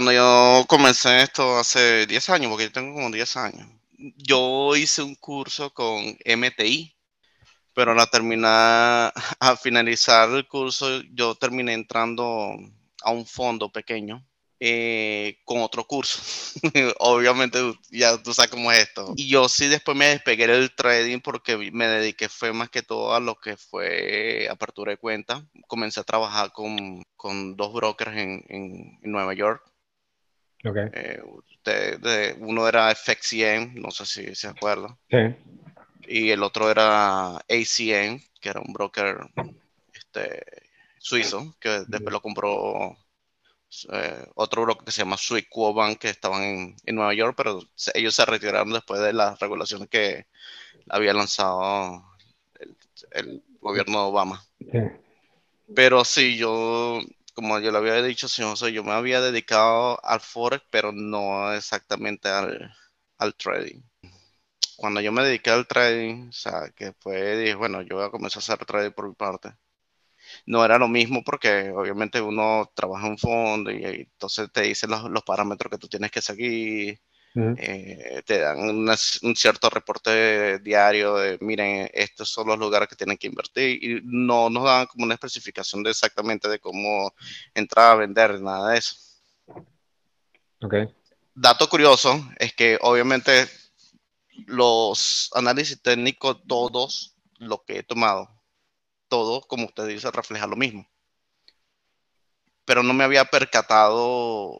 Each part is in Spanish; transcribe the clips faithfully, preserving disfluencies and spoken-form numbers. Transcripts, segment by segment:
Cuando yo comencé esto hace diez años, porque yo tengo como diez años, yo hice un curso con M T I, pero al terminar, a finalizar el curso, yo terminé entrando a un fondo pequeño eh, con otro curso. Obviamente ya tú sabes cómo es esto. Y yo sí después me despegué del trading porque me dediqué fue más que todo a lo que fue apertura de cuenta. Comencé a trabajar con, con dos brokers en, en, en Nueva York. Ok. Eh, de, de, uno era F X C M, no sé si se acuerda, Sí. y el otro era A C N, que era un broker este, suizo, que después lo compró eh, otro broker que se llama Swiss Bank, que estaban en, en Nueva York, pero se, ellos se retiraron después de las regulaciones que había lanzado el, el gobierno de Obama. Sí. Pero sí, yo, como yo le había dicho, señor José, yo me había dedicado al Forex, pero no exactamente al, al trading. Cuando yo me dediqué al trading, o sea, que fue, dije, bueno, yo voy a comenzar a hacer trading por mi parte. No era lo mismo porque obviamente uno trabaja en un fondo y, y entonces te dicen los, los parámetros que tú tienes que seguir, Ujú. eh, te dan una- un cierto reporte diario de, miren, estos son los lugares que tienen que invertir y no nos dan como una especificación de exactamente de cómo entrar a vender, nada de eso. Ok. Dato curioso es que obviamente los análisis técnicos, todos lo que he tomado, todo, como usted dice, refleja lo mismo. Pero no me había percatado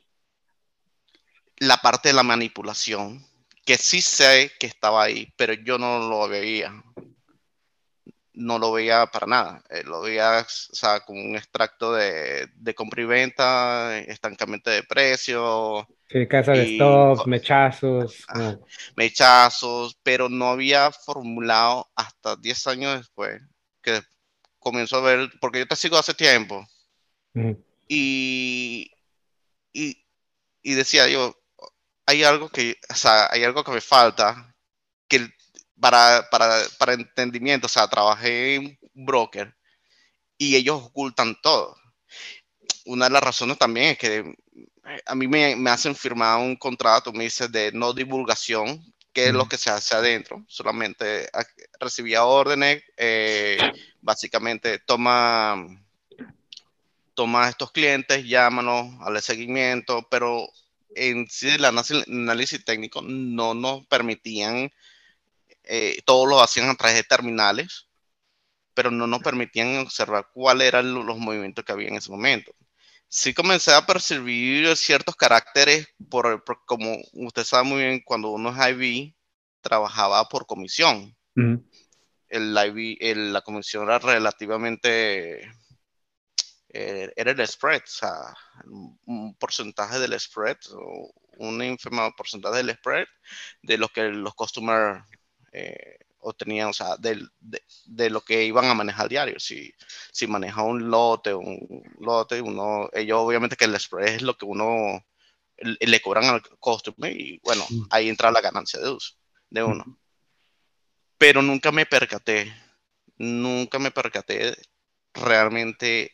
la parte de la manipulación, que sí sé que estaba ahí, pero yo no lo veía. No lo veía para nada. Eh, lo veía, o sea, como un extracto de, de compra y venta, estancamiento de precios Sí, casa de y stop, mechazos, ah, como... mechazos, pero no había formulado hasta diez años después que comenzó a ver, porque yo te sigo hace tiempo Ujú. y, y, y decía yo, hay algo que, o sea, hay algo que me falta que para, para, para entendimiento, o sea, trabajé en un broker y ellos ocultan todo. Una de las razones también es que eh, a mí me, me hacen firmar un contrato, me dice de no divulgación, que es lo Ujú. que se hace adentro, solamente recibía órdenes, eh, básicamente toma, toma a estos clientes, llámanos, hazle seguimiento, pero en sí el análisis técnico no nos permitían, eh, todos lo hacían a través de terminales, pero no nos permitían observar cuáles eran los movimientos que había en ese momento. Sí comencé a percibir ciertos caracteres, por, por como usted sabe muy bien, cuando uno es I B, trabajaba por comisión. Ujú. El I B, el, la comisión era relativamente, eh, era el spread, o sea, un porcentaje del spread, o un ínfimo porcentaje del spread de lo que los customers eh, obtenían, o sea, de, de, de, lo que iban a manejar diario. Si, si maneja un lote, un lote, uno, ellos obviamente que el spread es lo que uno le, le cobran al customer y bueno, ahí entra la ganancia de uso de uno. Ujú. Pero nunca me percaté, nunca me percaté realmente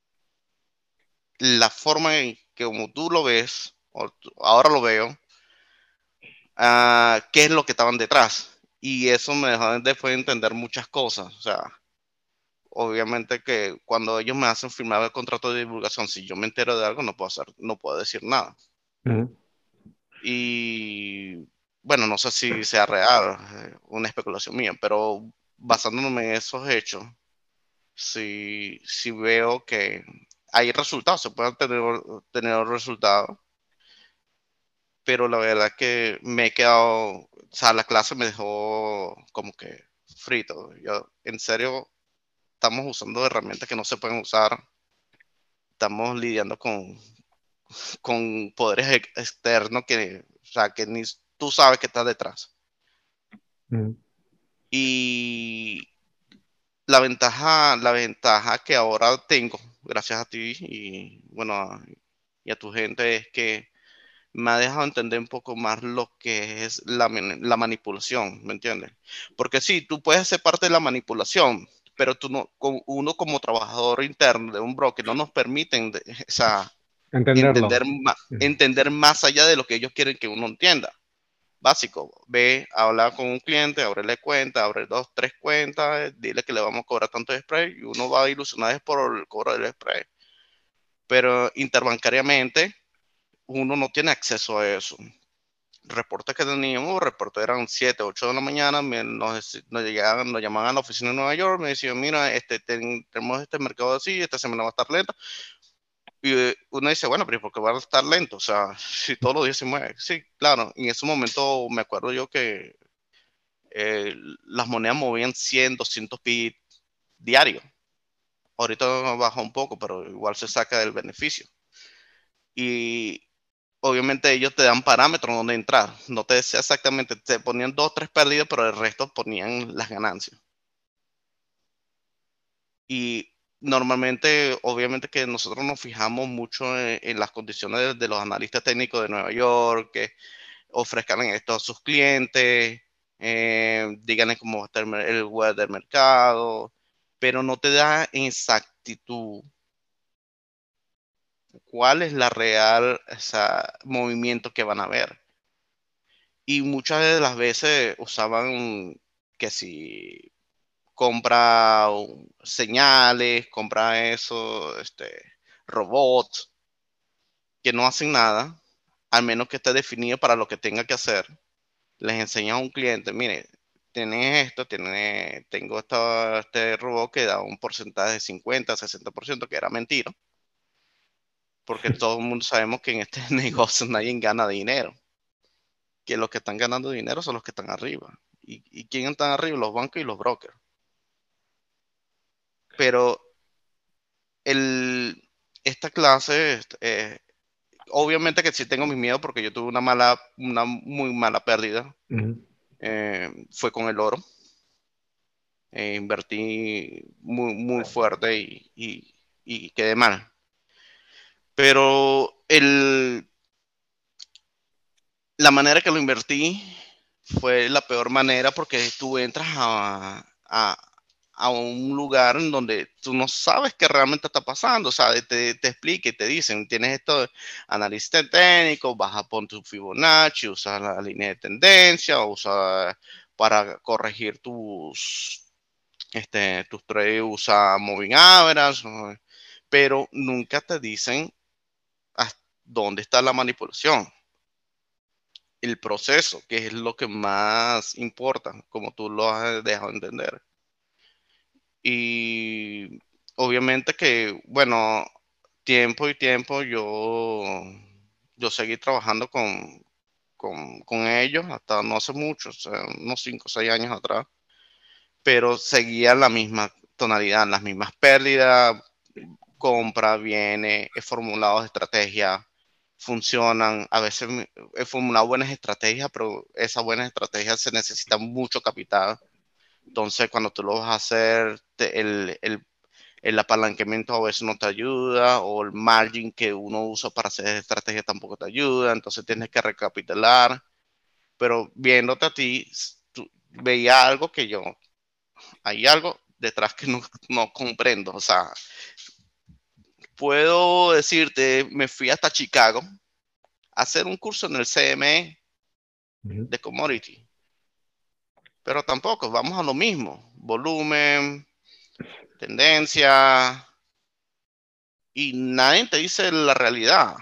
la forma en que como tú lo ves, o ahora lo veo, uh, qué es lo que estaban detrás. Y eso me dejó después de entender muchas cosas. O sea, obviamente que cuando ellos me hacen firmar el contrato de divulgación, si yo me entero de algo, no puedo hacer, no puedo decir nada. Ujú. Y bueno, no sé si sea real, eh, una especulación mía, pero basándome en esos hechos, si, si veo que hay resultados, se pueden tener, tener resultados, pero la verdad que me he quedado, o sea, la clase me dejó como que frito. Yo, en serio, estamos usando herramientas que no se pueden usar, estamos lidiando con, con poderes ex- externos que, o sea, que ni tú sabes que está detrás. Ujú. Y la ventaja, la ventaja que ahora tengo, gracias a ti y bueno, a- y a tu gente, es que me ha dejado entender un poco más lo que es la, la manipulación, ¿me entiendes? Porque sí, tú puedes ser parte de la manipulación, pero tú no, con, uno como trabajador interno de un broker no nos permiten de, esa, Entenderlo. entender, ma- Ujú. entender más allá de lo que ellos quieren que uno entienda. Básico, ve a hablar con un cliente, ábrele cuenta, abre dos, tres cuentas, dile que le vamos a cobrar tanto de spray y uno va a ilusionar por el cobro del spray. Pero interbancariamente uno no tiene acceso a eso. Reportes que teníamos, reportes eran siete, ocho de la mañana, me- nos, nos, llegaban, nos llamaban a la oficina de Nueva York, me decían, mira, este, ten- tenemos este mercado así, esta semana va a estar lenta. Y eh, uno dice, bueno, pero ¿por qué va a estar lento? O sea, si todos los días se mueve. Sí, claro, en ese momento me acuerdo yo que eh, las monedas movían cien, doscientos pi diario. Ahorita baja un poco, pero igual se saca del beneficio. Y obviamente ellos te dan parámetros donde entrar. No te decía exactamente, te ponían dos, tres pérdidas, pero el resto ponían las ganancias. Y normalmente, obviamente que nosotros nos fijamos mucho en, en las condiciones de, de, los analistas técnicos de Nueva York, que ofrezcan esto a sus clientes, eh, díganle cómo va a estar el web del mercado, pero no te da exactitud cuál es la real o sea, movimiento que van a ver. Y muchas de las veces usaban que si compra señales, compra eso, este, robots que no hacen nada, al menos que esté definido para lo que tenga que hacer. Les enseñas a un cliente, mire, tienes esto, tiene, tengo esta, este robot que da un porcentaje de cincuenta, sesenta por ciento, que era mentira, porque todo el mundo sabemos que en este negocio nadie gana dinero, que los que están ganando dinero son los que están arriba. ¿Y, y quién están arriba? Los bancos y los brokers. Pero el, esta clase, eh, obviamente que sí tengo mis miedos porque yo tuve una mala, una muy mala pérdida. Ujú. Eh, fue con el oro. Eh, invertí muy, muy fuerte y, y, y quedé mal. Pero el, la manera que lo invertí fue la peor manera porque tú entras a, a, a un lugar en donde tú no sabes qué realmente está pasando, o sea, te, te explique, te dicen, tienes esto, analista técnico, vas a poner tu Fibonacci, usas la línea de tendencia, usa para corregir tus, este, tus trades, usa moving average, pero nunca te dicen dónde está la manipulación, el proceso, que es lo que más importa, como tú lo has dejado entender. Y obviamente que, bueno, tiempo y tiempo yo, yo seguí trabajando con, con, con ellos hasta no hace mucho, o sea, unos cinco o seis años atrás, pero seguía la misma tonalidad, las mismas pérdidas, compra, viene, he formulado estrategias, funcionan, a veces he formulado buenas estrategias, pero esas buenas estrategias se necesita mucho capital. Entonces, cuando tú lo vas a hacer, te, el, el, el, apalancamiento a veces no te ayuda, o el margin que uno usa para hacer estrategia tampoco te ayuda, entonces tienes que recapitular. Pero viéndote a ti, tú, veía algo que yo, hay algo detrás que no, no comprendo. O sea, puedo decirte, me fui hasta Chicago a hacer un curso en el C M E Ujú. de commodity, pero tampoco, vamos a lo mismo, volumen, tendencia, y nadie te dice la realidad,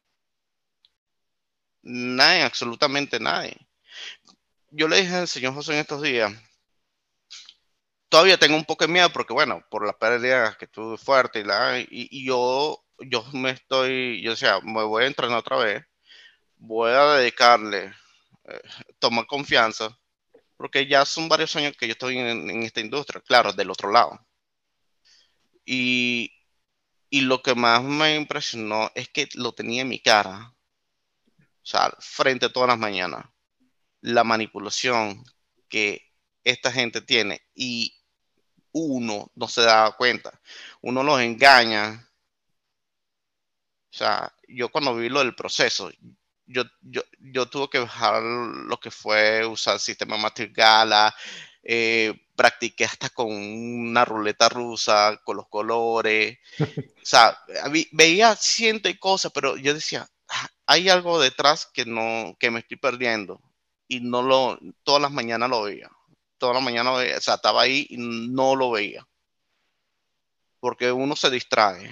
nadie, absolutamente nadie. Yo le dije al señor José en estos días, todavía tengo un poco de miedo porque, bueno, por la pérdida que tuve fuerte y, la, y, y yo, yo me estoy, yo decía, me voy a entrenar otra vez, voy a dedicarle, eh, tomar confianza, porque ya son varios años que yo estoy en, en esta industria, claro, del otro lado. Y, y lo que más me impresionó es que lo tenía en mi cara, o sea, frente a todas las mañanas, la manipulación que esta gente tiene y uno no se da cuenta, uno los engaña. O sea, yo cuando vi lo del proceso, yo, yo, yo tuve que bajar lo que fue usar el sistema Matrix Gala, eh, practiqué hasta con una ruleta rusa, con los colores. O sea, veía cientos de cosas, pero yo decía, "Ah, hay algo detrás que no, que me estoy perdiendo". Y no lo, todas las mañanas lo veía. Todas las mañanas lo veía. O sea, estaba ahí y no lo veía. Porque uno se distrae.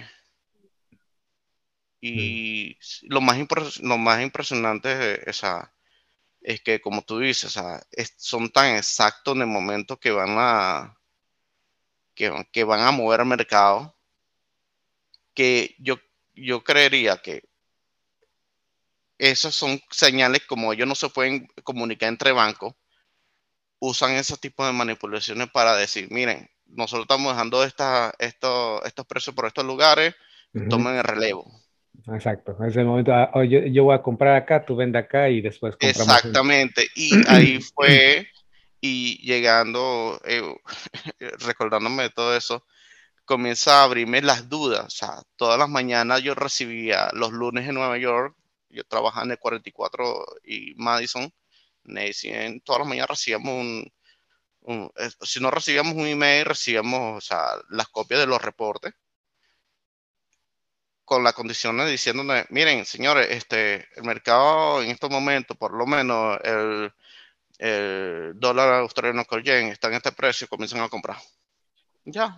Mm, Y lo más, impres- lo más impresionante es, esa, es que, como tú dices, o sea, es- son tan exactos en el momento que van a, que, que van a mover el mercado, que yo, yo creería que esas son señales, como ellos no se pueden comunicar entre bancos, usan ese tipo de manipulaciones para decir, miren, nosotros estamos dejando esta, esto, estos precios por estos lugares, ujú. tomen el relevo. Exacto, es el momento, ah, oh, yo, yo voy a comprar acá, tú vende acá y después compramos juntos. Exactamente. Y ahí fue, y llegando, eh, recordándome de todo eso, comienza a abrirme las dudas. O sea, todas las mañanas yo recibía, los lunes en Nueva York, yo trabajaba en el cuarenta y cuatro y Madison, Nation, todas las mañanas recibíamos un, un- eh, si no recibíamos un email, recibíamos, o sea, las copias de los reportes con las condiciones diciéndome, miren, señores, este, el mercado en estos momentos, por lo menos el, el dólar australiano con yen está en este precio, comienzan a comprar. Ya,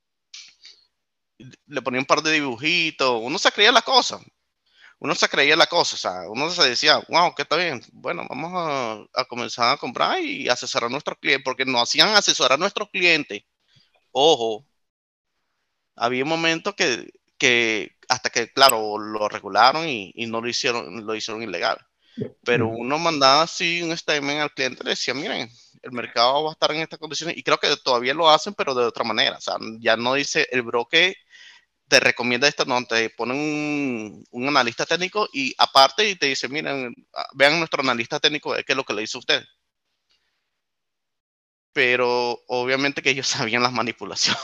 le ponía un par de dibujitos, uno se creía la cosa, uno se creía la cosa, o sea, uno se decía, wow, que está bien, bueno, vamos a, a comenzar a comprar y asesorar a nuestros clientes, porque nos hacían asesorar a nuestros clientes. Ojo, había momentos que, que hasta que, claro, lo regularon y, y no lo hicieron, lo hicieron ilegal. Pero Mm, uno mandaba así un statement al cliente, le decía, miren, el mercado va a estar en estas condiciones, y creo que todavía lo hacen, pero de otra manera. O sea, ya no dice el broker te recomienda esto, no, te ponen un, un analista técnico y aparte y te dice, miren, vean nuestro analista técnico, qué es lo que le hizo usted. Pero obviamente que ellos sabían las manipulaciones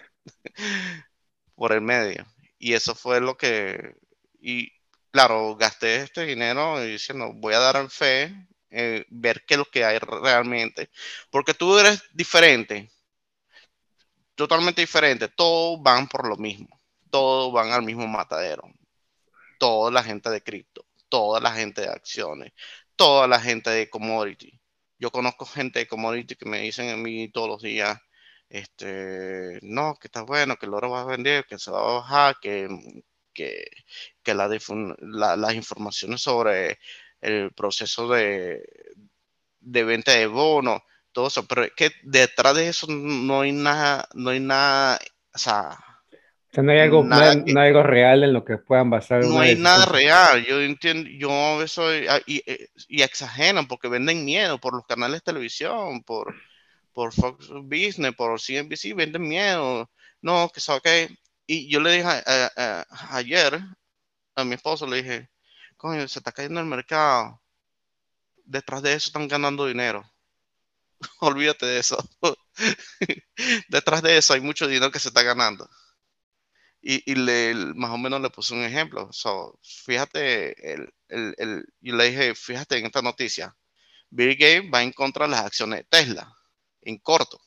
por el medio. Y eso fue lo que, y claro, gasté este dinero y diciendo, voy a dar en fe, eh, ver qué es lo que hay realmente. Porque tú eres diferente, totalmente diferente. Todos van por lo mismo. Todos van al mismo matadero. Toda la gente de cripto, toda la gente de acciones, toda la gente de commodity. Yo conozco gente de commodity que me dicen a mí todos los días, este, no, que está bueno, que el oro va a vender, que se va a bajar, que, que, que la, la, las informaciones sobre el proceso de, de venta de bonos, todo eso, pero es que detrás de eso no hay nada, no hay nada, o sea, o sea, no hay algo, no nada hay, que, no hay algo real en lo que puedan basar no una hay nada decisión. real. Yo entiendo, yo eso, ah, y, eh, y exageran porque venden miedo por los canales de televisión, por, por Fox Business, por C N B C, venden miedo. No, que sabe que. Y yo le dije a- a- a- ayer a mi esposo, le dije, coño, se está cayendo el mercado. Detrás de eso están ganando dinero. Olvídate de eso. Detrás de eso hay mucho dinero que se está ganando. Y, y le, más o menos le puse un ejemplo. So, fíjate, el, el, el, yo le dije, fíjate en esta noticia. Bill Gates va en contra de las acciones de Tesla, en corto.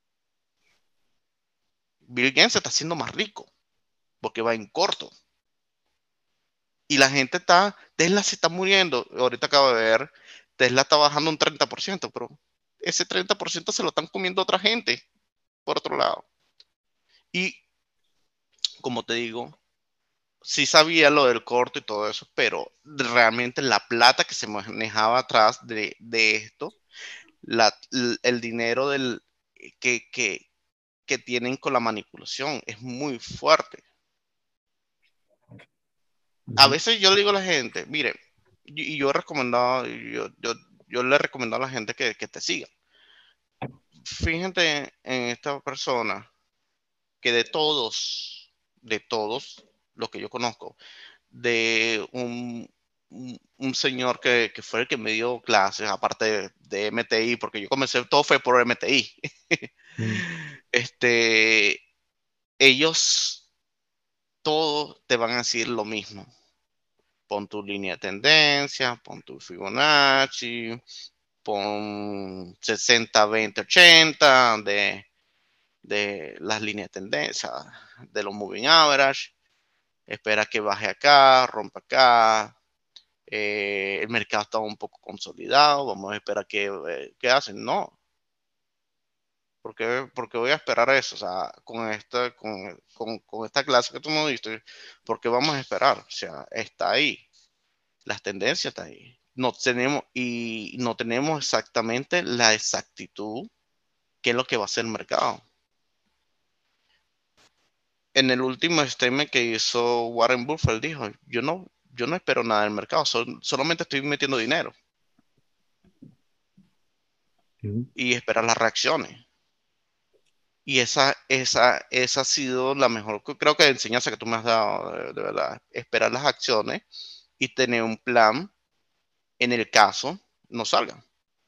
Bill Gates se está haciendo más rico porque va en corto. Y la gente está, Tesla se está muriendo. Ahorita acabo de ver, Tesla está bajando un treinta por ciento, pero ese treinta por ciento se lo están comiendo otra gente, por otro lado. Y como te digo, sí sabía lo del corto y todo eso, pero realmente la plata que se manejaba atrás de, de esto, la, el dinero del, que, que, que tienen con la manipulación es muy fuerte. A Ujú. veces yo le digo a la gente, mire, y yo he recomendado, yo, yo, yo le he recomendado a la gente que, que te siga. Fíjate en esta persona que de todos, de todos los que yo conozco, de un, un, un señor que, que, fue el que me dio clases, aparte de, de M T I, porque yo comencé, todo fue por M T I. Mm, este, ellos todos te van a decir lo mismo. Pon tu línea de tendencia, pon tu Fibonacci, pon sesenta, veinte, ochenta de, de las líneas de tendencia, de los moving average. Espera que baje acá, rompa acá. Eh, el mercado está un poco consolidado. Vamos a esperar que, eh, qué hacen. No. ¿Por qué, porque voy a esperar eso? O sea, con esta, con, con, con esta clase que tú me diste, ¿por qué vamos a esperar? O sea, está ahí. Las tendencias están ahí. No tenemos, y no tenemos exactamente la exactitud qué es lo que va a hacer el mercado. En el último statement que hizo Warren Buffett, dijo, yo no, yo no espero nada del mercado, sol, solamente estoy metiendo dinero Uh-huh. y esperar las reacciones. Y esa, esa, esa ha sido la mejor, creo que enseñanza que tú me has dado, de, de verdad. Esperar las acciones y tener un plan en el caso no salga.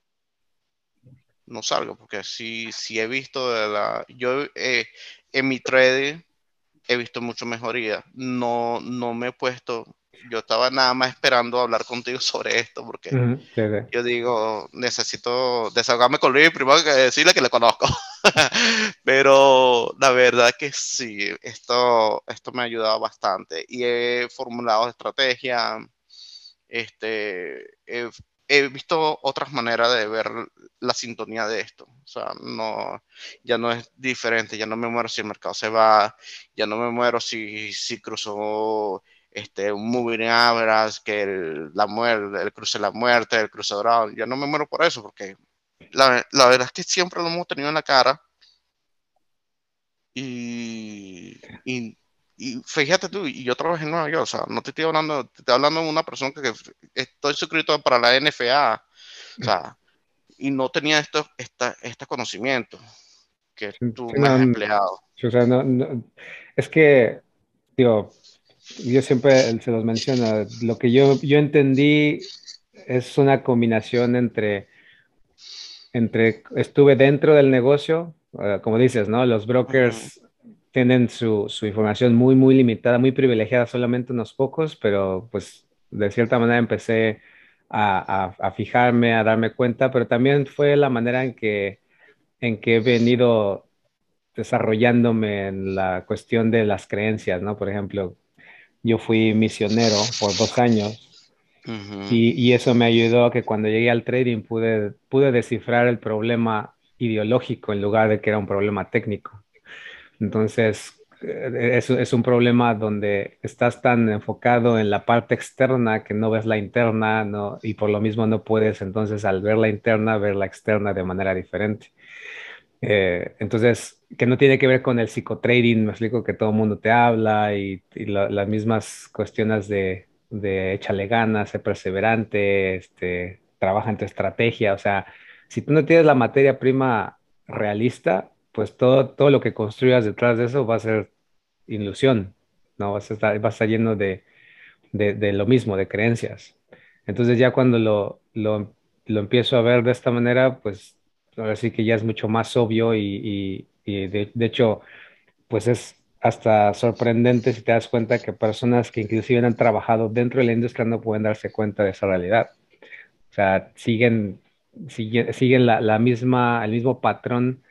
No salga, porque si, si he visto de la, yo eh, en mi trading he visto mucho mejoría. No, no me he puesto, yo estaba nada más esperando hablar contigo sobre esto, porque Uh-huh. Sí, sí. yo digo, necesito desahogarme con Luis primero que decirle que le conozco. Pero la verdad que sí, esto, esto me ha ayudado bastante y he formulado estrategias, este, he, he visto otras maneras de ver la sintonía de esto. O sea, no, ya no es diferente, ya no me muero si el mercado se va, ya no me muero si, si cruzó este, un moving average, que el, la muerte, el cruce de la muerte, el cruce dorado, ya no me muero por eso, porque la, la verdad es que siempre lo hemos tenido en la cara y, y, y fíjate tú, y yo trabajé en Nueva York, o sea, no te estoy hablando, te estoy hablando de una persona que, que estoy suscrito para la N F A, o sea, y no tenía estos esta, este conocimiento que Sí, tú me no, has n- empleado. sí, o sea, no, no- es que, digo, yo siempre se los menciono, lo que yo, yo entendí es una combinación entre, entre estuve dentro del negocio, eh, como dices, ¿no? Los Ujú, brokers tienen su, su información muy, muy limitada, muy privilegiada, solamente unos pocos, pero pues de cierta manera empecé a, a, a fijarme, a darme cuenta, pero también fue la manera en que, en que he venido desarrollándome en la cuestión de las creencias, ¿no? Por ejemplo, yo fui misionero por dos años ujú. y, y eso me ayudó a que cuando llegué al trading pude, pude descifrar el problema ideológico en lugar de que era un problema técnico. Entonces, eh, es, es un problema donde estás tan enfocado en la parte externa que no ves la interna, ¿no? Y por lo mismo no puedes entonces al ver la interna, ver la externa de manera diferente. Eh, entonces, que no tiene que ver con el psicotrading, me explico que todo el mundo te habla y, y la- las mismas cuestiones de, de échale ganas, sé perseverante, este, trabaja en tu estrategia. O sea, si tú no tienes la materia prima realista, pues todo, todo lo que construyas detrás de eso va a ser ilusión, ¿no? Vas a estar, va a estar lleno de, de, de lo mismo, de creencias. Entonces ya cuando lo, lo, lo empiezo a ver de esta manera, pues ahora sí que ya es mucho más obvio y, y, y de, de hecho, pues es hasta sorprendente si te das cuenta que personas que inclusive han trabajado dentro de la industria no pueden darse cuenta de esa realidad. O sea, siguen, siguen, siguen la, la misma, el mismo patrón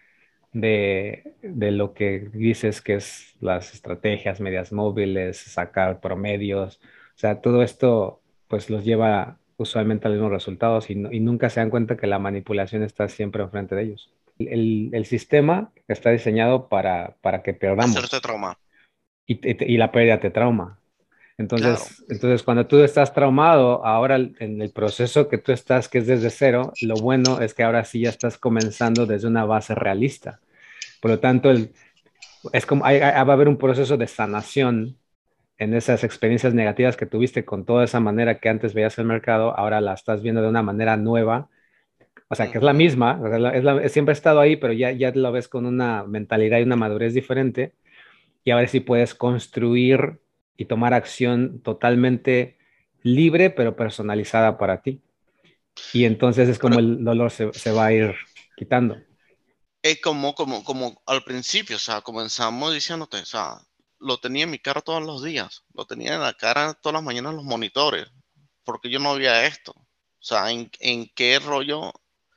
de, de lo que dices que es las estrategias, medias móviles, sacar promedios. O sea, todo esto pues los lleva usualmente a los mismos resultados y, no- y nunca se dan cuenta que la manipulación está siempre enfrente de ellos. El, el sistema está diseñado para, para que Hacerte perdamos trauma. y, y- y la pérdida te trauma. Claro. Entonces, entonces, cuando tú estás traumado, ahora en el proceso que tú estás, que es desde cero, lo bueno es que ahora sí ya estás comenzando desde una base realista. Por lo tanto, el, es como, hay- hay- va a haber un proceso de sanación en esas experiencias negativas que tuviste con toda esa manera que antes veías el mercado, ahora la estás viendo de una manera nueva, o sea, que es la Ujú. misma, o sea, la- es la- siempre ha estado ahí, pero ya, ya lo ves con una mentalidad y una madurez diferente, y ahora sí puedes construir y tomar acción totalmente libre, pero personalizada para ti. Y entonces es Pero como el dolor se, se va a ir quitando. es como, como, como al principio, o sea, comenzamos diciéndote, o sea, lo tenía en mi cara todos los días, lo tenía en la cara todas las mañanas en los monitores, porque yo no había esto. O sea, ¿en, en qué rollo?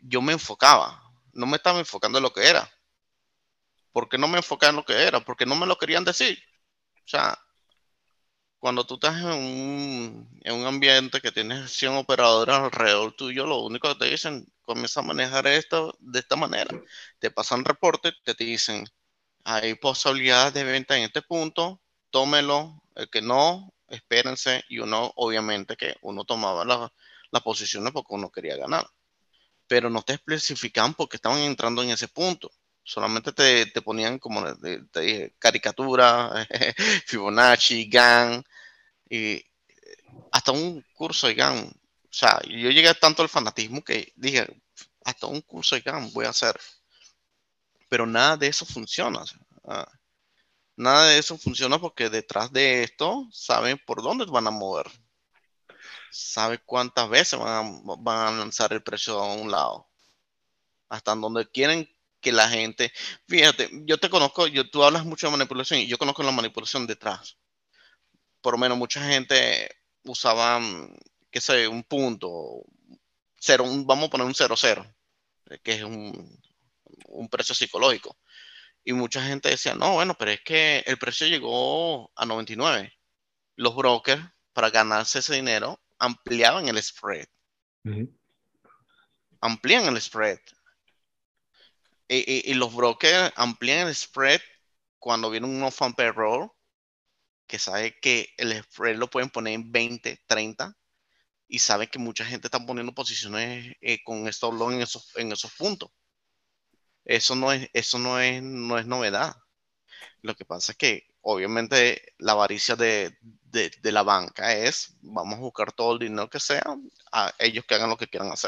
yo me enfocaba, no me estaba enfocando en lo que era. ¿Por qué no me enfocaba en lo que era? Porque no me lo querían decir. O sea, cuando tú estás en un, en un ambiente que tienes cien operadores alrededor tuyo, lo único que te dicen, comienza a manejar esto de esta manera. Te pasan reportes, que te dicen, hay posibilidades de venta en este punto, tómelo, el que no, espérense, y uno, obviamente, que uno tomaba la- las posiciones porque uno quería ganar, pero no te especificaban porque estaban entrando en ese punto. Solamente te, te ponían como te, te dije, caricatura, Fibonacci, Gann, y hasta un curso de Gann. O sea, yo llegué tanto al fanatismo que dije, hasta un curso de Gann voy a hacer, pero nada de eso funciona. O sea, ah, nada de eso funciona porque detrás de esto saben por dónde van a mover, saben cuántas veces van a, van a lanzar el precio a un lado, hasta donde quieren que la gente. Fíjate, yo te conozco, yo, tú hablas mucho de manipulación y yo conozco la manipulación detrás. Por lo menos mucha gente usaba, mm, qué sé, un punto, cero, un- vamos a poner un cero cero, que es un, un precio psicológico. Y mucha gente decía, no, bueno, pero es que el precio llegó a noventa y nueve. Los brokers, para ganarse ese dinero, ampliaban el spread. Ujú. Amplían el spread. Y, y- y los brokers amplían el spread cuando viene un off payroll, que sabe que el spread lo pueden poner en veinte, treinta, y sabe que mucha gente está poniendo posiciones eh, con stop loss en esos, en esos puntos. Eso no es, eso no es, no es novedad. Lo que pasa es que obviamente la avaricia de, de, de la banca es, vamos a buscar todo el dinero que sea, a ellos que hagan lo que quieran hacer.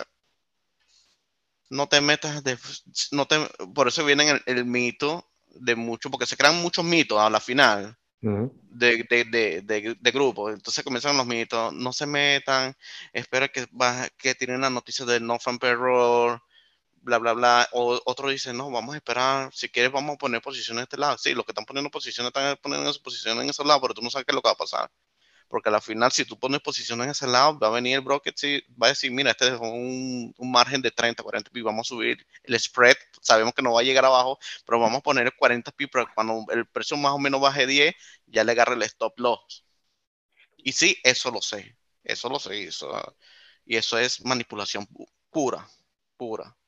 No te metas de, no te, por eso viene el, el mito de mucho, porque se crean muchos mitos a la final Ujú. de, de, de, de, de grupos. Entonces comienzan los mitos, no se metan, espera que, va, que tienen la noticia del no fan payroll, bla, bla, bla. O otro dice, no, vamos a esperar, si quieres vamos a poner posiciones de este lado. Sí, los que están poniendo posiciones están poniendo su posición en ese lado, pero tú no sabes qué es lo que va a pasar. Porque al final, si tú pones posición en ese lado, va a venir el broker, sí, va a decir, mira, este es un, un margen de treinta, cuarenta y vamos a subir el spread. Sabemos que no va a llegar abajo, pero vamos a poner cuarenta pips para cuando el precio más o menos baje diez, ya le agarre el stop loss. Y sí, eso lo sé, eso lo sé, eso, y eso es manipulación pura, pura.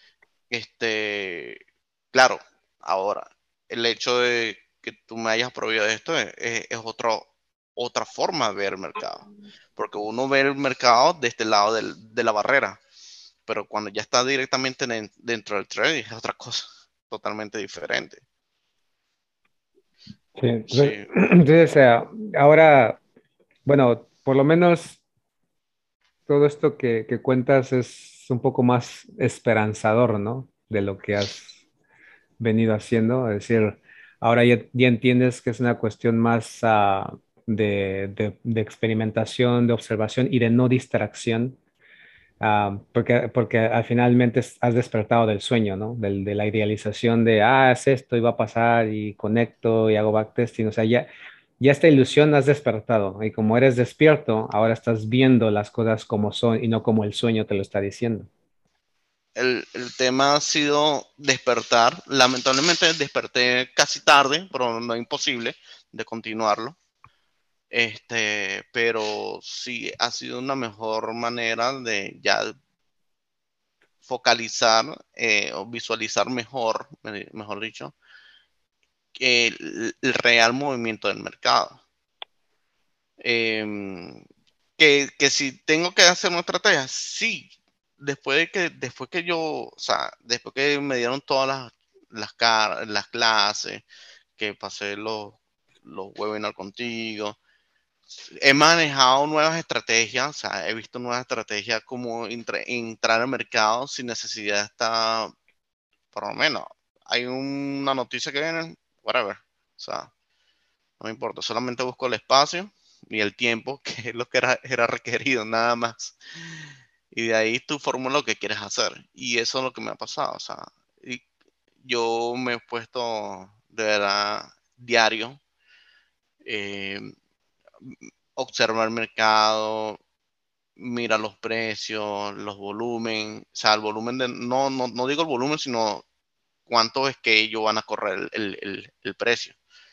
Este, claro, ahora, el hecho de que tú me hayas prohibido esto es, es, es otro, otra forma de ver el mercado. Porque uno ve el mercado de este lado del, de la barrera, pero cuando ya está directamente en- dentro del trading es otra cosa, totalmente diferente. Sí, entonces, Sí, entonces, eh, ahora, bueno, por lo menos todo esto que, que cuentas es un poco más esperanzador, ¿no? De lo que has venido haciendo. Es decir, ahora ya, ya entiendes que es una cuestión más ah, de, de- de experimentación, de observación y de no distracción, ah, porque, porque al finalmente es- has despertado del sueño, ¿no? Del, de la idealización de, ah, es esto y va a pasar y conecto y hago backtesting. O sea, ya, ya esta ilusión has despertado y como eres despierto, ahora estás viendo las cosas como son y no como el sueño te lo está diciendo. el, el tema ha sido despertar. Lamentablemente desperté casi tarde, pero no es imposible de continuarlo. Este, pero sí ha sido una mejor manera de ya focalizar eh, o visualizar mejor, mejor dicho, el, el real movimiento del mercado. Eh, que, que si tengo que hacer una estrategia, sí. Después de que, después que yo, o sea, después que me dieron todas las, las, car las clases, que pasé los, los webinars contigo, he manejado nuevas estrategias, o sea, he visto nuevas estrategias como entre, entrar al mercado sin necesidad de estar, por lo menos, hay una noticia que viene, whatever, o sea, no me importa, solamente busco el espacio y el tiempo, que es lo que era, era requerido, nada más. Y de ahí tú formulas lo que quieres hacer. Y eso es lo que me ha pasado, o sea, y yo me he puesto de verdad diario, eh, observar el mercado, mira los precios, los volúmenes, o sea, el volumen de, no, no, no digo el volumen, sino cuánto es que ellos van a correr el, el, el precio.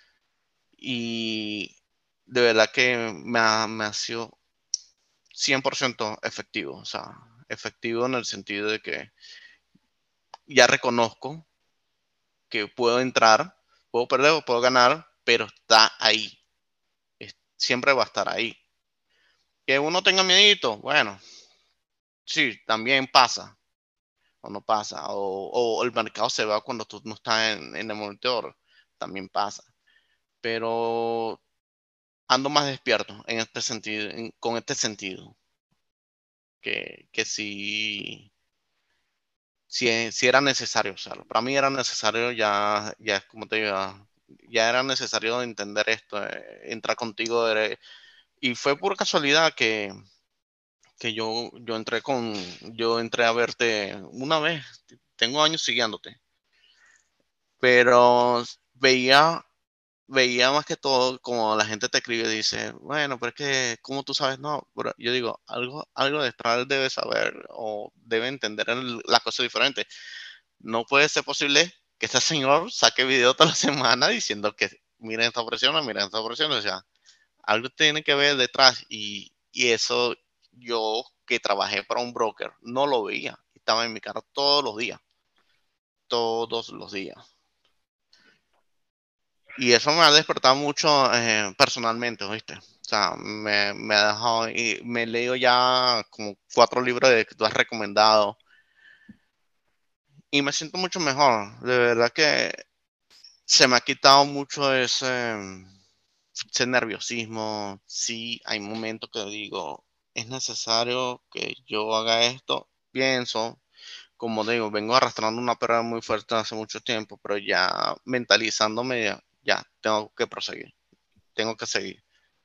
Y de verdad que me ha, me ha sido cien por ciento efectivo, o sea, efectivo en el sentido de que ya reconozco que puedo entrar, puedo perder o puedo ganar, pero está ahí, es, siempre va a estar ahí. Que uno tenga miedito, bueno, sí, también pasa, o no pasa, o, o el mercado se va cuando tú no estás en, en el monitor, también pasa. Pero ando más despierto en este sentido, en, con este sentido, que, que si, si, si era necesario usarlo. Para mí era necesario ya, ya como te digo, ya era necesario entender esto, eh, entrar contigo. eh, y fue por casualidad que, que yo, yo entré con, yo entré a verte una vez, tengo años siguiéndote, pero veía veía más que todo como la gente te escribe y dice, bueno, pero es que, ¿cómo tú sabes? No, pero yo digo, algo, algo de Stral debe saber o debe entender el- las cosas diferentes. No puede ser posible que este señor saque video toda la semana diciendo que miren esta presión, miren esta presión, o sea, algo tiene que ver detrás y, y eso yo que trabajé para un broker no lo veía, estaba en mi carro todos los días, todos los días. Y eso me ha despertado mucho eh, personalmente, ¿viste? O sea, me, me ha dejado, y me he leído ya como cuatro libros de que tú has recomendado y me siento mucho mejor. De verdad que se me ha quitado mucho ese, ese nerviosismo. Sí, hay momentos que digo, es necesario que yo haga esto. Pienso, como digo, vengo arrastrando una pérdida muy fuerte hace mucho tiempo, pero ya mentalizándome, ya, ya tengo que proseguir, tengo que seguir.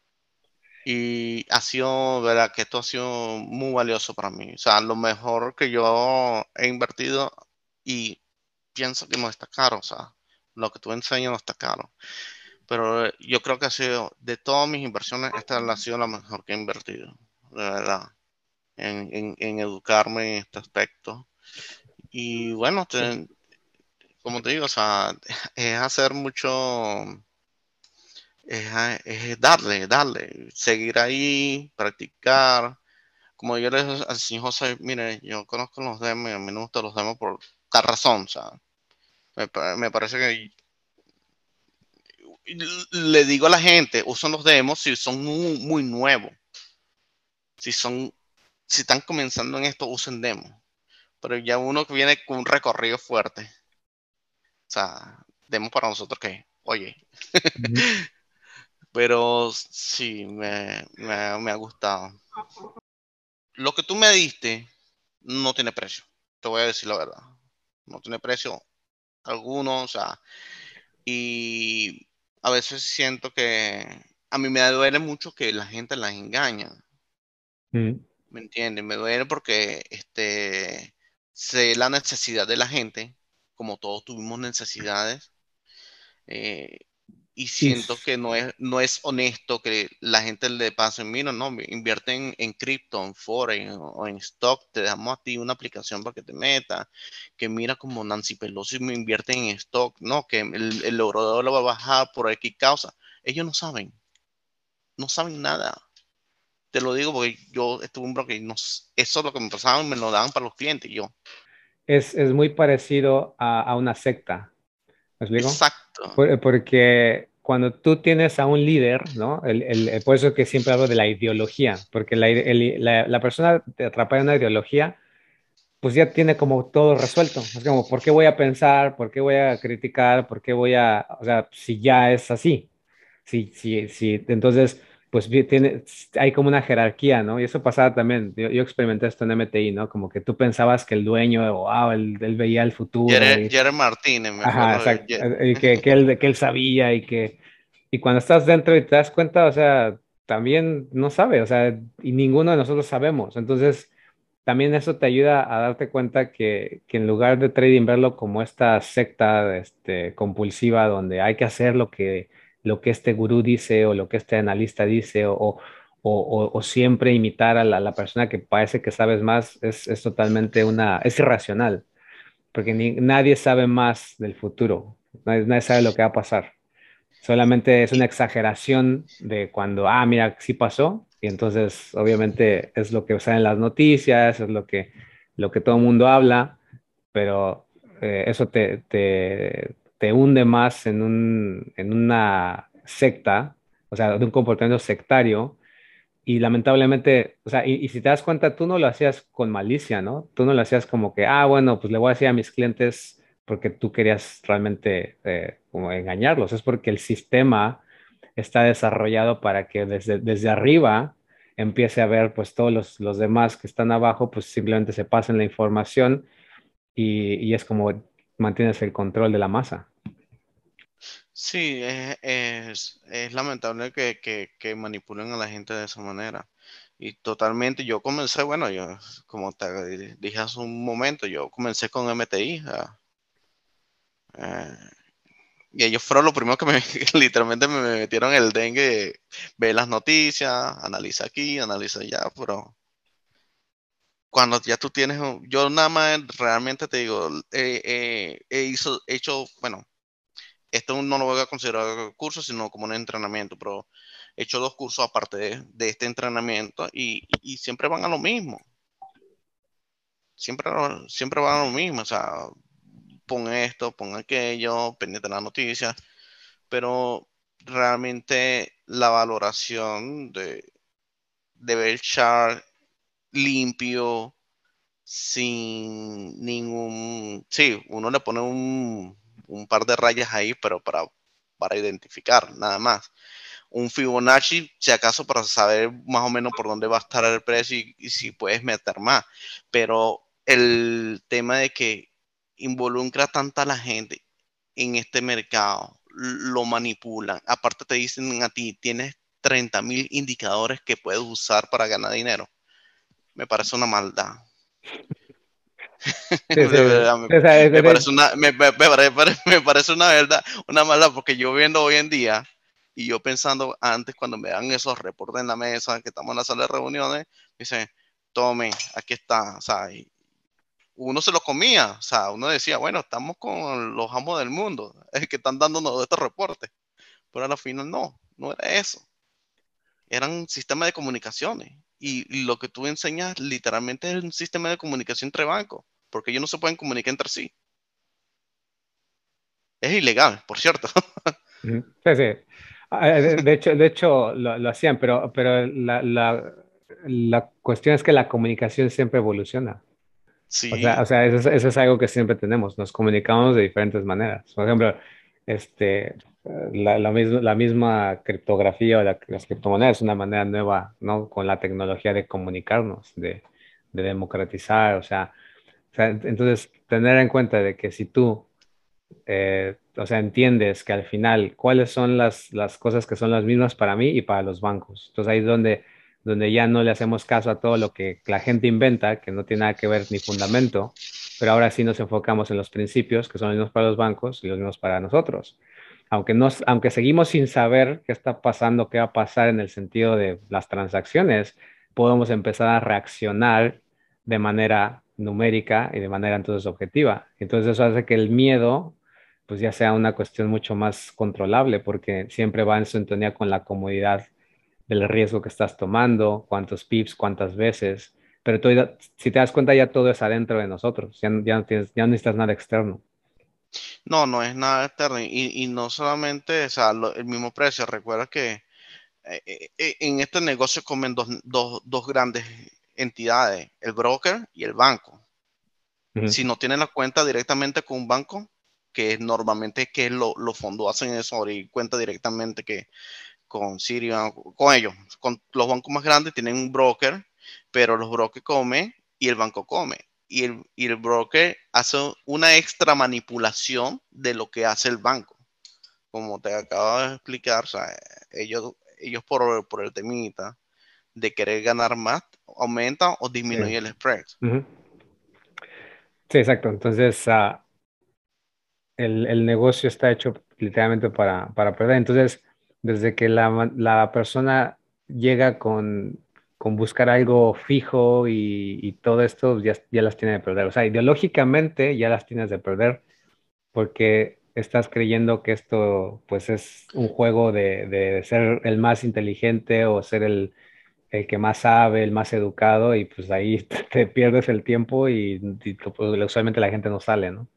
Y ha sido, verdad, que esto ha sido muy valioso para mí. O sea, lo mejor que yo he invertido y pienso que no está caro. O sea, lo que tú enseñas no está caro. Pero eh, yo creo que ha sido, de todas mis inversiones, esta ha sido la mejor que he invertido. De verdad. En, en, en educarme en este aspecto. Y bueno, te- como te digo, o sea, es hacer mucho, es, a- es darle, darle, seguir ahí, practicar. Como yo le dije al señor José, mire, yo conozco los demos y a mí no me gustan los demos por tal razón, o sea, me, pa- me parece que le digo a la gente, usan los demos si son muy, muy nuevos, si son, si están comenzando en esto, usen demos, pero ya uno que viene con un recorrido fuerte, o sea, demos para nosotros que, oye, Ujú. pero sí, me, me, me ha gustado. Lo que tú me diste no tiene precio, te voy a decir la verdad, no tiene precio alguno, o sea, y a veces siento que a mí me duele mucho que la gente las engaña, Mm. ¿me entiendes? Me duele porque este, sé la necesidad de la gente, como todos tuvimos necesidades, eh, y Y siento s- que no es, no es honesto que la gente le pase, mira, no, invierte en, en cripto, en forex o en stock, te damos a ti una aplicación para que te metas, que mira como Nancy Pelosi me invierte en stock, no, que el, el euro lo va a bajar por X causa. Ellos no saben, no saben nada. Te lo digo porque yo estuve en broker y no, s- eso es lo que me pasaba y me lo daban para los clientes. Y yo, es, es muy parecido a, a una secta, ¿me explico? exacto. Por- porque cuando tú tienes a un líder, ¿no? El, el- el- por eso que siempre hablo de la ideología, porque la, ide- el- la, la persona atrapada en una ideología, pues ya tiene como todo resuelto. Es como, ¿por qué voy a pensar? ¿Por qué voy a criticar? ¿Por qué voy a, o sea, si ya es así? Sí, sí, sí. Entonces, pues vi- tiene, hay como una jerarquía, ¿no? Y eso pasaba también. Yo, yo experimenté esto en M T I, ¿no? Como que tú pensabas que el dueño, wow, él, él veía el futuro Jere, y, Jere Martínez, me ajá, acuerdo de exacto, Jere. y que, que él, que él sabía y que, y cuando estás dentro y te das cuenta, o sea, también no sabe, o sea, y ninguno de nosotros sabemos. Entonces, también eso te ayuda a darte cuenta que, que en lugar de trading, verlo como esta secta este, compulsiva donde hay que hacer lo que, lo que este gurú dice o lo que este analista dice o, o, o, o- o siempre imitar a la, la persona que parece que sabes más es, es totalmente una, es irracional, porque ni- nadie sabe más del futuro, nadie, nadie sabe lo que va a pasar. Solamente es una Y exageración de cuando, ah, mira, sí pasó, y entonces obviamente es lo que sale en las noticias, es lo que, lo que todo el mundo habla, pero eh, eso te, te, te hunde más en un, en una secta, o sea, de un comportamiento sectario, y lamentablemente, o sea, y, y si te das cuenta, tú no lo hacías con malicia, ¿no? Tú no lo hacías como que, ah, bueno, pues le voy a decir a mis clientes porque tú querías realmente eh, como engañarlos. Es porque el sistema está desarrollado para que desde, desde arriba empiece a ver, pues todos los, los demás que están abajo, pues simplemente se pasen la información y, y es como mantienes el control de la masa. sí, es, es, es lamentable que, que, que manipulen a la gente de esa manera. Y totalmente, yo comencé, bueno, yo, como te dije hace un momento, yo comencé con M T I. ah, eh, y ellos fueron los primeros que me, literalmente me metieron el dengue, ve las noticias, analiza aquí, analiza allá, pero cuando ya tú tienes, un- yo nada más realmente te digo, eh, eh, he hizo- he hecho, bueno, esto no lo voy a considerar curso, sino como un entrenamiento, pero he hecho dos cursos aparte de, de este entrenamiento y, y siempre van a lo mismo, siempre, siempre van a lo mismo, o sea, pon esto, pon aquello, pendiente de las noticias, pero realmente la valoración de, de ver el chart limpio, sin ningún, sí, uno le pone un, un par de rayas ahí, pero para, para identificar, nada más. Un Fibonacci, si acaso, para saber más o menos por dónde va a estar el precio y, y si puedes meter más. Pero el tema de que involucra tanta la gente en este mercado, lo manipulan. Aparte te dicen a ti, tienes treinta mil indicadores que puedes usar para ganar dinero. Me parece una maldad. Sí, sí. De verdad, me, O sea, es me de- parece una, me, me- me pare- me parece una verdad, una maldad, porque yo viendo hoy en día y yo pensando antes cuando me dan esos reportes en la mesa, que estamos en la sala de reuniones, dicen, tome, aquí está, o sea, y uno se lo comía, o sea, uno decía, bueno, estamos con los amos del mundo, es que están dándonos estos reportes, pero al final no, no era eso, eran sistemas de comunicaciones. Y, y lo que tú enseñas literalmente es un sistema de comunicación entre bancos, porque ellos no se pueden comunicar entre sí. Es ilegal, por cierto. Ujú. Sí, sí. Ah, De, de hecho, de hecho lo, lo hacían, pero, pero la, la, la cuestión es que la comunicación siempre evoluciona. O sea, o Sí, sea, eso es, eso es algo que siempre tenemos. Nos comunicamos de diferentes maneras. Por ejemplo, este, eh, la, la, misma, la misma criptografía o la- las criptomonedas es una manera nueva, ¿no? Con la tecnología de comunicarnos, de, de democratizar. O sea, o sea, entonces, tener en cuenta de que si tú eh, o sea, entiendes que al final cuáles son las, las cosas que son las mismas para mí y para los bancos. Entonces ahí es donde, donde ya no le hacemos caso a todo lo que la gente inventa, que no tiene nada que ver ni fundamento, pero ahora sí nos enfocamos en los principios, que son los mismos para los bancos y los mismos para nosotros. Aunque, nos, aunque seguimos sin saber qué está pasando, qué va a pasar en el sentido de las transacciones, podemos empezar a reaccionar de manera numérica y de manera entonces objetiva. Entonces eso hace que el miedo pues ya sea una cuestión mucho más controlable, porque siempre va en sintonía con la comodidad del riesgo que estás tomando, cuántos pips, cuántas veces, pero tú, ya- si te das cuenta ya todo es adentro de nosotros, ya, no- ya no tienes, ya no necesitas nada externo. no, no es nada externo. Y, y no solamente, o sea, lo- el mismo precio. Recuerda que eh, eh, eh, en este negocio comen dos, dos, dos grandes entidades, el broker y el banco. Ujú, Si no tienen la cuenta directamente con un banco, que es normalmente que lo- los fondos hacen eso, abrir cuenta directamente que con Siria, con ellos, con los bancos más grandes tienen un broker, pero los brokers comen y el banco come. Y el, y el broker hace una extra manipulación de lo que hace el banco. Como te acabo de explicar, o sea, ellos, ellos por, por el temita de querer ganar más, aumenta o sí, disminuye el spread. ujú. Sí, exacto. Entonces, ah, el, el negocio está hecho literalmente para, para perder. Entonces, desde que la, la persona llega con, con buscar algo fijo y, y todo esto ya, ya las tiene de perder. O sea, ideológicamente ya las tienes de perder porque estás creyendo que esto pues es un juego de, de ser el más inteligente o ser el, el que más sabe, el más educado y pues ahí te, te pierdes el tiempo y, y, pues, usualmente la gente no sale, ¿no?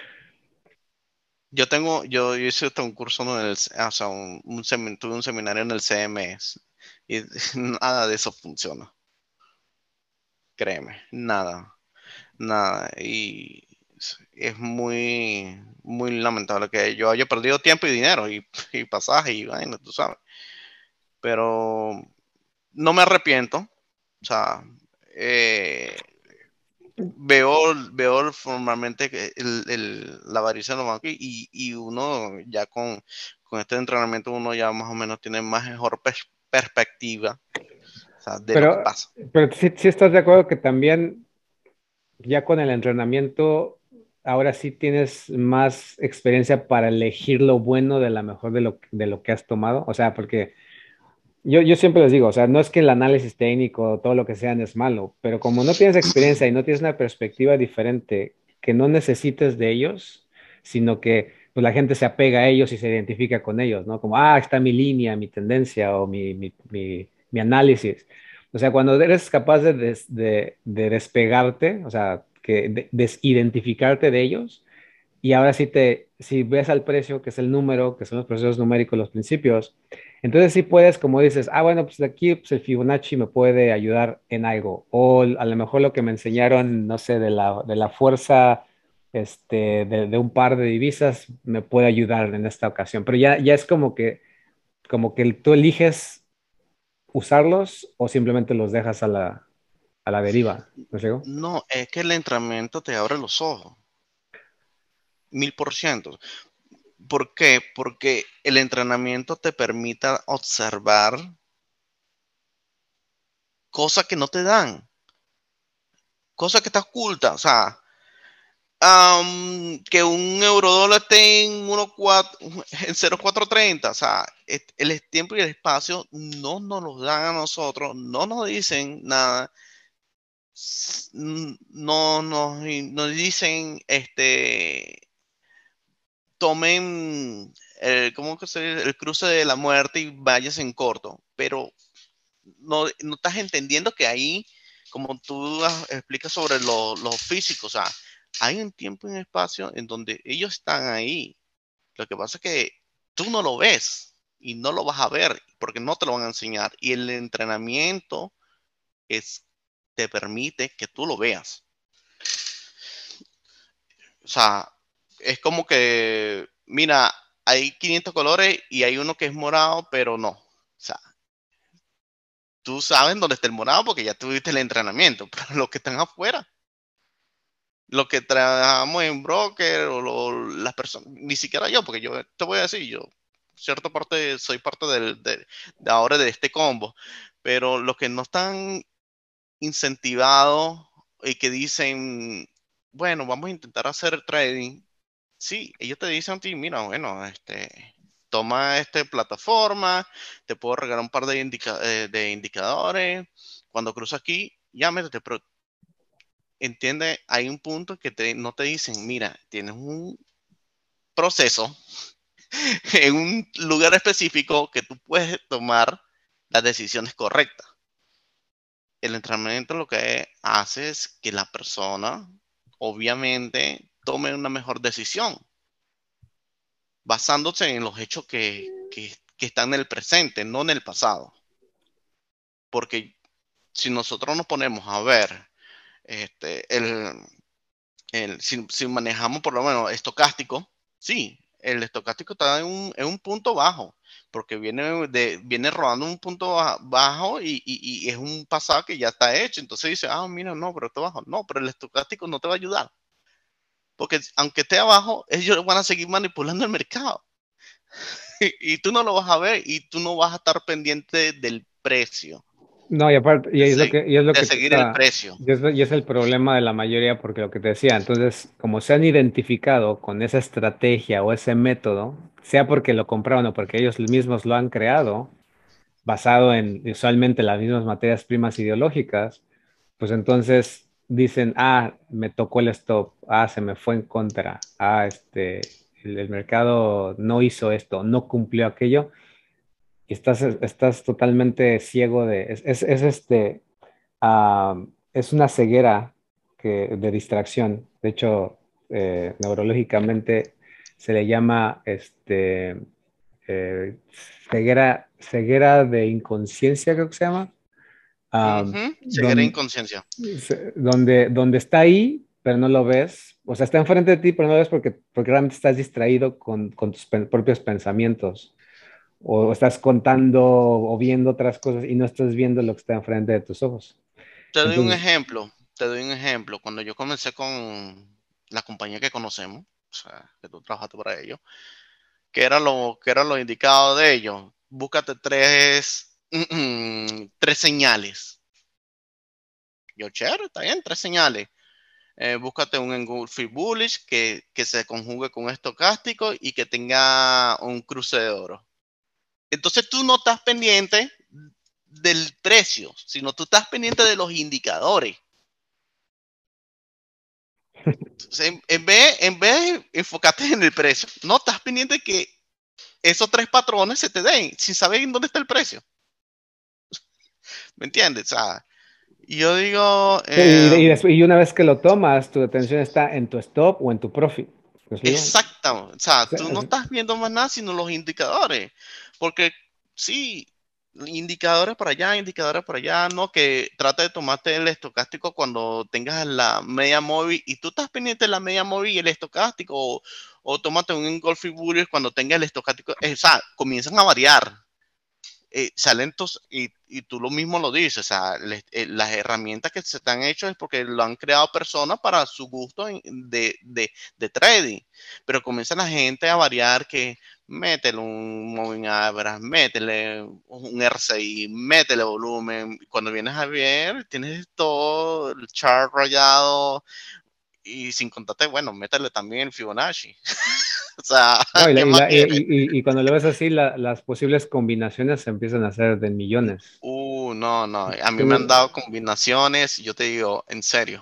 Yo tengo, yo, yo hice hasta un curso en el, o sea, un, un semin- tuve un seminario en el C M S y nada de eso funciona, créeme, nada, nada. Y es es muy, muy lamentable que yo haya perdido tiempo y dinero y, y pasaje y vaina, tú sabes. Pero no me arrepiento, o sea, eh, veo, veo formalmente que el, el- la avaricia en los bancos y, y uno ya con, con este entrenamiento uno ya más o menos tiene más mejor pers- perspectiva, o sea, de lo que Pero, pasa. pero sí, sí estás de acuerdo que también ya con el entrenamiento, ahora sí tienes más experiencia para elegir lo bueno de la mejor de lo, de lo que has tomado. O sea, porque yo, yo siempre les digo, o sea, no es que el análisis técnico, todo lo que sean es malo, pero como no tienes experiencia y no tienes una perspectiva diferente que no necesites de ellos, sino que pues, la gente se apega a ellos y se identifica con ellos, ¿no? Como, ah, está mi línea, mi tendencia o mi, mi, mi, mi análisis. O sea, cuando eres capaz de, des- de, de despegarte, o sea, que de- desidentificarte de ellos, y ahora sí te, si ves al precio, que es el número, que son los procesos numéricos, los principios, entonces sí puedes, como dices, ah, bueno, pues de aquí pues el Fibonacci me puede ayudar en algo. O a lo mejor lo que me enseñaron, no sé, de la, de la fuerza este, de, de un par de divisas me puede ayudar en esta ocasión. Pero ya, ya es como que, como que tú eliges usarlos o simplemente los dejas a la, a la deriva. ¿No sé? No, es que el entrenamiento te abre los ojos, mil por ciento. ¿Por qué? Porque el entrenamiento te permite observar cosas que no te dan, cosas que te ocultan, o sea, am, que un eurodólar esté en, uno cuatro en cero cuatro treinta, o sea, et- el tiempo y el espacio no nos los dan a nosotros, no nos dicen nada, s- n- no nos, nos dicen, este, tomen el, ¿cómo que se dice? El cruce de la muerte y vayas en corto, pero no, no estás entendiendo que ahí, como tú has- explicas sobre lo, lo físico, o sea, hay un tiempo y un espacio en donde ellos están ahí. Lo que pasa es que tú no lo ves y no lo vas a ver porque no te lo van a enseñar. Y el entrenamiento es, te permite que tú lo veas. O sea, es como que, mira, hay quinientos colores y hay uno que es morado, pero no. O sea, tú sabes dónde está el morado porque ya tuviste el entrenamiento, pero los que están afuera, los que trabajamos en broker o lo- las personas, ni siquiera yo, porque yo te voy a decir, yo, cierta parte, soy parte del, de, de ahora de este combo, pero los que no están incentivados y que dicen, bueno, vamos a intentar hacer trading, sí, ellos te dicen a ti, mira, bueno, este, toma esta plataforma, te puedo regalar un par de, indica- eh, de indicadores, cuando cruzas aquí, ya métete, pero entiende, hay un punto que te, no te dicen, mira, tienes un proceso en un lugar específico que tú puedes tomar las decisiones correctas. El entrenamiento lo que hace es que la persona, obviamente, tome una mejor decisión basándose en los hechos que, que, que están en el presente, no en el pasado. Porque si nosotros nos ponemos a ver, este, el, el, si, si, manejamos por lo menos estocástico, sí, el estocástico está en un, en un punto bajo, porque viene, de, viene rodando un punto bajo y, y, y, es un pasado que ya está hecho. Entonces dice, ah, mira, no, pero está bajo. No, pero el estocástico no te va a ayudar. Porque aunque esté abajo, ellos van a seguir manipulando el mercado. Y tú no lo vas a ver y tú no vas a estar pendiente del precio, No, y aparte, y de, es lo se- que, y es lo de que seguir el pasa, precio. y es, y es el problema de la mayoría, porque lo que te decía, entonces, como se han identificado con esa estrategia o ese método, sea porque lo compraron o porque ellos mismos lo han creado, basado en usualmente las mismas materias primas ideológicas, pues entonces dicen, ah, me tocó el stop, ah, se me fue en contra, ah, este, el, el mercado no hizo esto, no cumplió aquello, y estás, estás totalmente ciego de, es, es, es este, ah, es una ceguera que, de distracción. De hecho, eh, neurológicamente se le llama este, eh, ceguera, ceguera de inconsciencia, creo que se llama, ah, Ujú, ceguera de don- inconsciencia. se- donde, donde está ahí, pero no lo ves. O sea, está enfrente de ti, pero no lo ves porque, porque realmente estás distraído con, con tus pen- propios pensamientos. O estás contando o viendo otras cosas y no estás viendo lo que está enfrente de tus ojos. Te doy un Entonces, ejemplo, te doy un ejemplo. Cuando yo comencé con la compañía que conocemos, o sea, que tú trabajaste para ellos, ¿qué era lo, qué era lo indicado de ellos? Búscate tres, tres señales. Yo, chévere, está bien, tres señales. Eh, búscate un engulfing bullish que, que se conjugue con estocástico y que tenga un cruce de oro. Entonces tú no estás pendiente del precio, sino tú estás pendiente de los indicadores. Entonces, en, en, vez, en vez de enfocarte en el precio, no estás pendiente que esos tres patrones se te den sin saber en dónde está el precio. ¿Me entiendes? O sea, yo digo, y, y, eh, después- y una vez que lo tomas, tu atención está en tu stop o en tu profit. ¿Me explico? exacto. O sea, O sea, tú no es- estás viendo más nada sino los indicadores. Porque sí, indicadores para allá, indicadores para allá, no que trata de tomarte el estocástico cuando tengas la media móvil y tú estás pendiente de la media móvil y el estocástico, o, o tómate un engulfing bullish cuando tengas el estocástico. Eh, o sea, comienzan a variar. Eh, salen tos, y, y, tú lo mismo lo dices, o sea, les, eh, las herramientas que se te han hecho es porque lo han creado personas para su gusto en, de, de, de, trading, pero comienza la gente a variar que métele un moving average, métele un R S I, métele volumen, cuando vienes a ver tienes todo el chart rayado y sin contarte, bueno, métele también el Fibonacci. O sea, no, y, la- ¿qué y más la- y- quieres? y- y cuando lo ves así, la- las posibles combinaciones se empiezan a hacer de millones. Uh, no, no. A mí me han Entonces, dado combinaciones y yo te digo, en serio.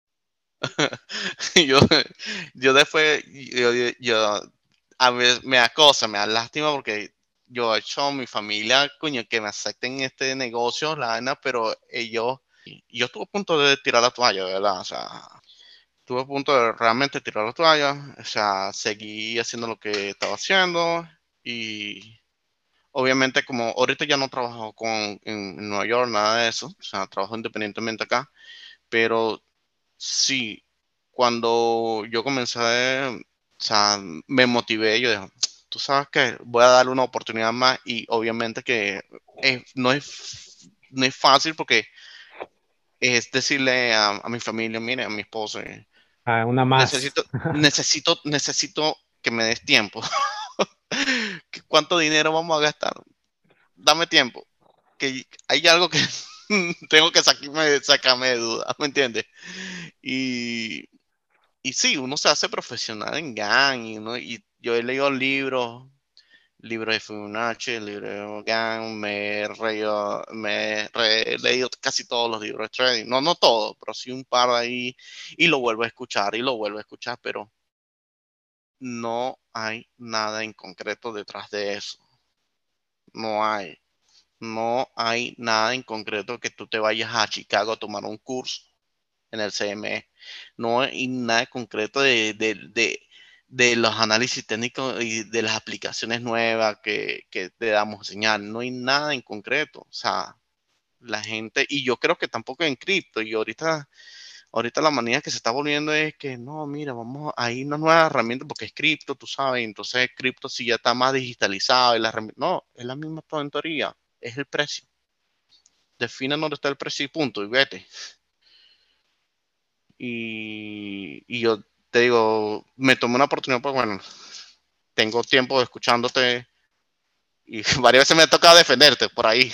yo, yo después, yo, yo, yo- a veces me da cosa, me da lástima porque yo he hecho a mi familia, coño, que me acepten este negocio, la vaina, pero ellos, y yo estuve a punto de tirar la toalla, de ¿verdad? O sea, estuve a punto de realmente tirar la toalla, o sea, seguí haciendo lo que estaba haciendo y obviamente como ahorita ya no trabajo con, en, en Nueva York, nada de eso, o sea, trabajo independientemente acá, pero sí, cuando yo comencé, o sea, me motivé, yo dije, tú sabes que voy a darle una oportunidad más y obviamente que es- no es, no es fácil porque es decirle a, a mi familia, mire, a mi esposo, eh, ah, una más. necesito, necesito, necesito que me des tiempo. ¿Cuánto dinero vamos a gastar? Dame tiempo. Que hay algo que tengo que sacarme, sacarme de duda, ¿me entiendes? Y, y sí, uno se hace profesional en GAN y, uno, y yo he leído libros, libros de Fibonacci, libros de GAN, me he, reído, me he re- leído casi todos los libros de trading, no, no todos, pero sí un par ahí y lo vuelvo a escuchar y lo vuelvo a escuchar, pero no hay nada en concreto detrás de eso, no hay. No hay nada en concreto que tú te vayas a Chicago a tomar un curso en el C M E. No hay nada concreto de, de, de, de los análisis técnicos y de las aplicaciones nuevas que, que te damos señal. No hay nada en concreto. O sea, la gente, y yo creo que tampoco en cripto, y ahorita, ahorita la manera que se está volviendo es que no, mira, vamos a ir una nueva herramienta porque es cripto, tú sabes, entonces cripto sí ya está más digitalizado y la herramienta, no, es la misma todo en teoría, es el precio. Define dónde está el precio y punto, y vete. Y, y yo te digo, me tomé una oportunidad, pues bueno, tengo tiempo escuchándote y varias veces me ha tocado defenderte por ahí,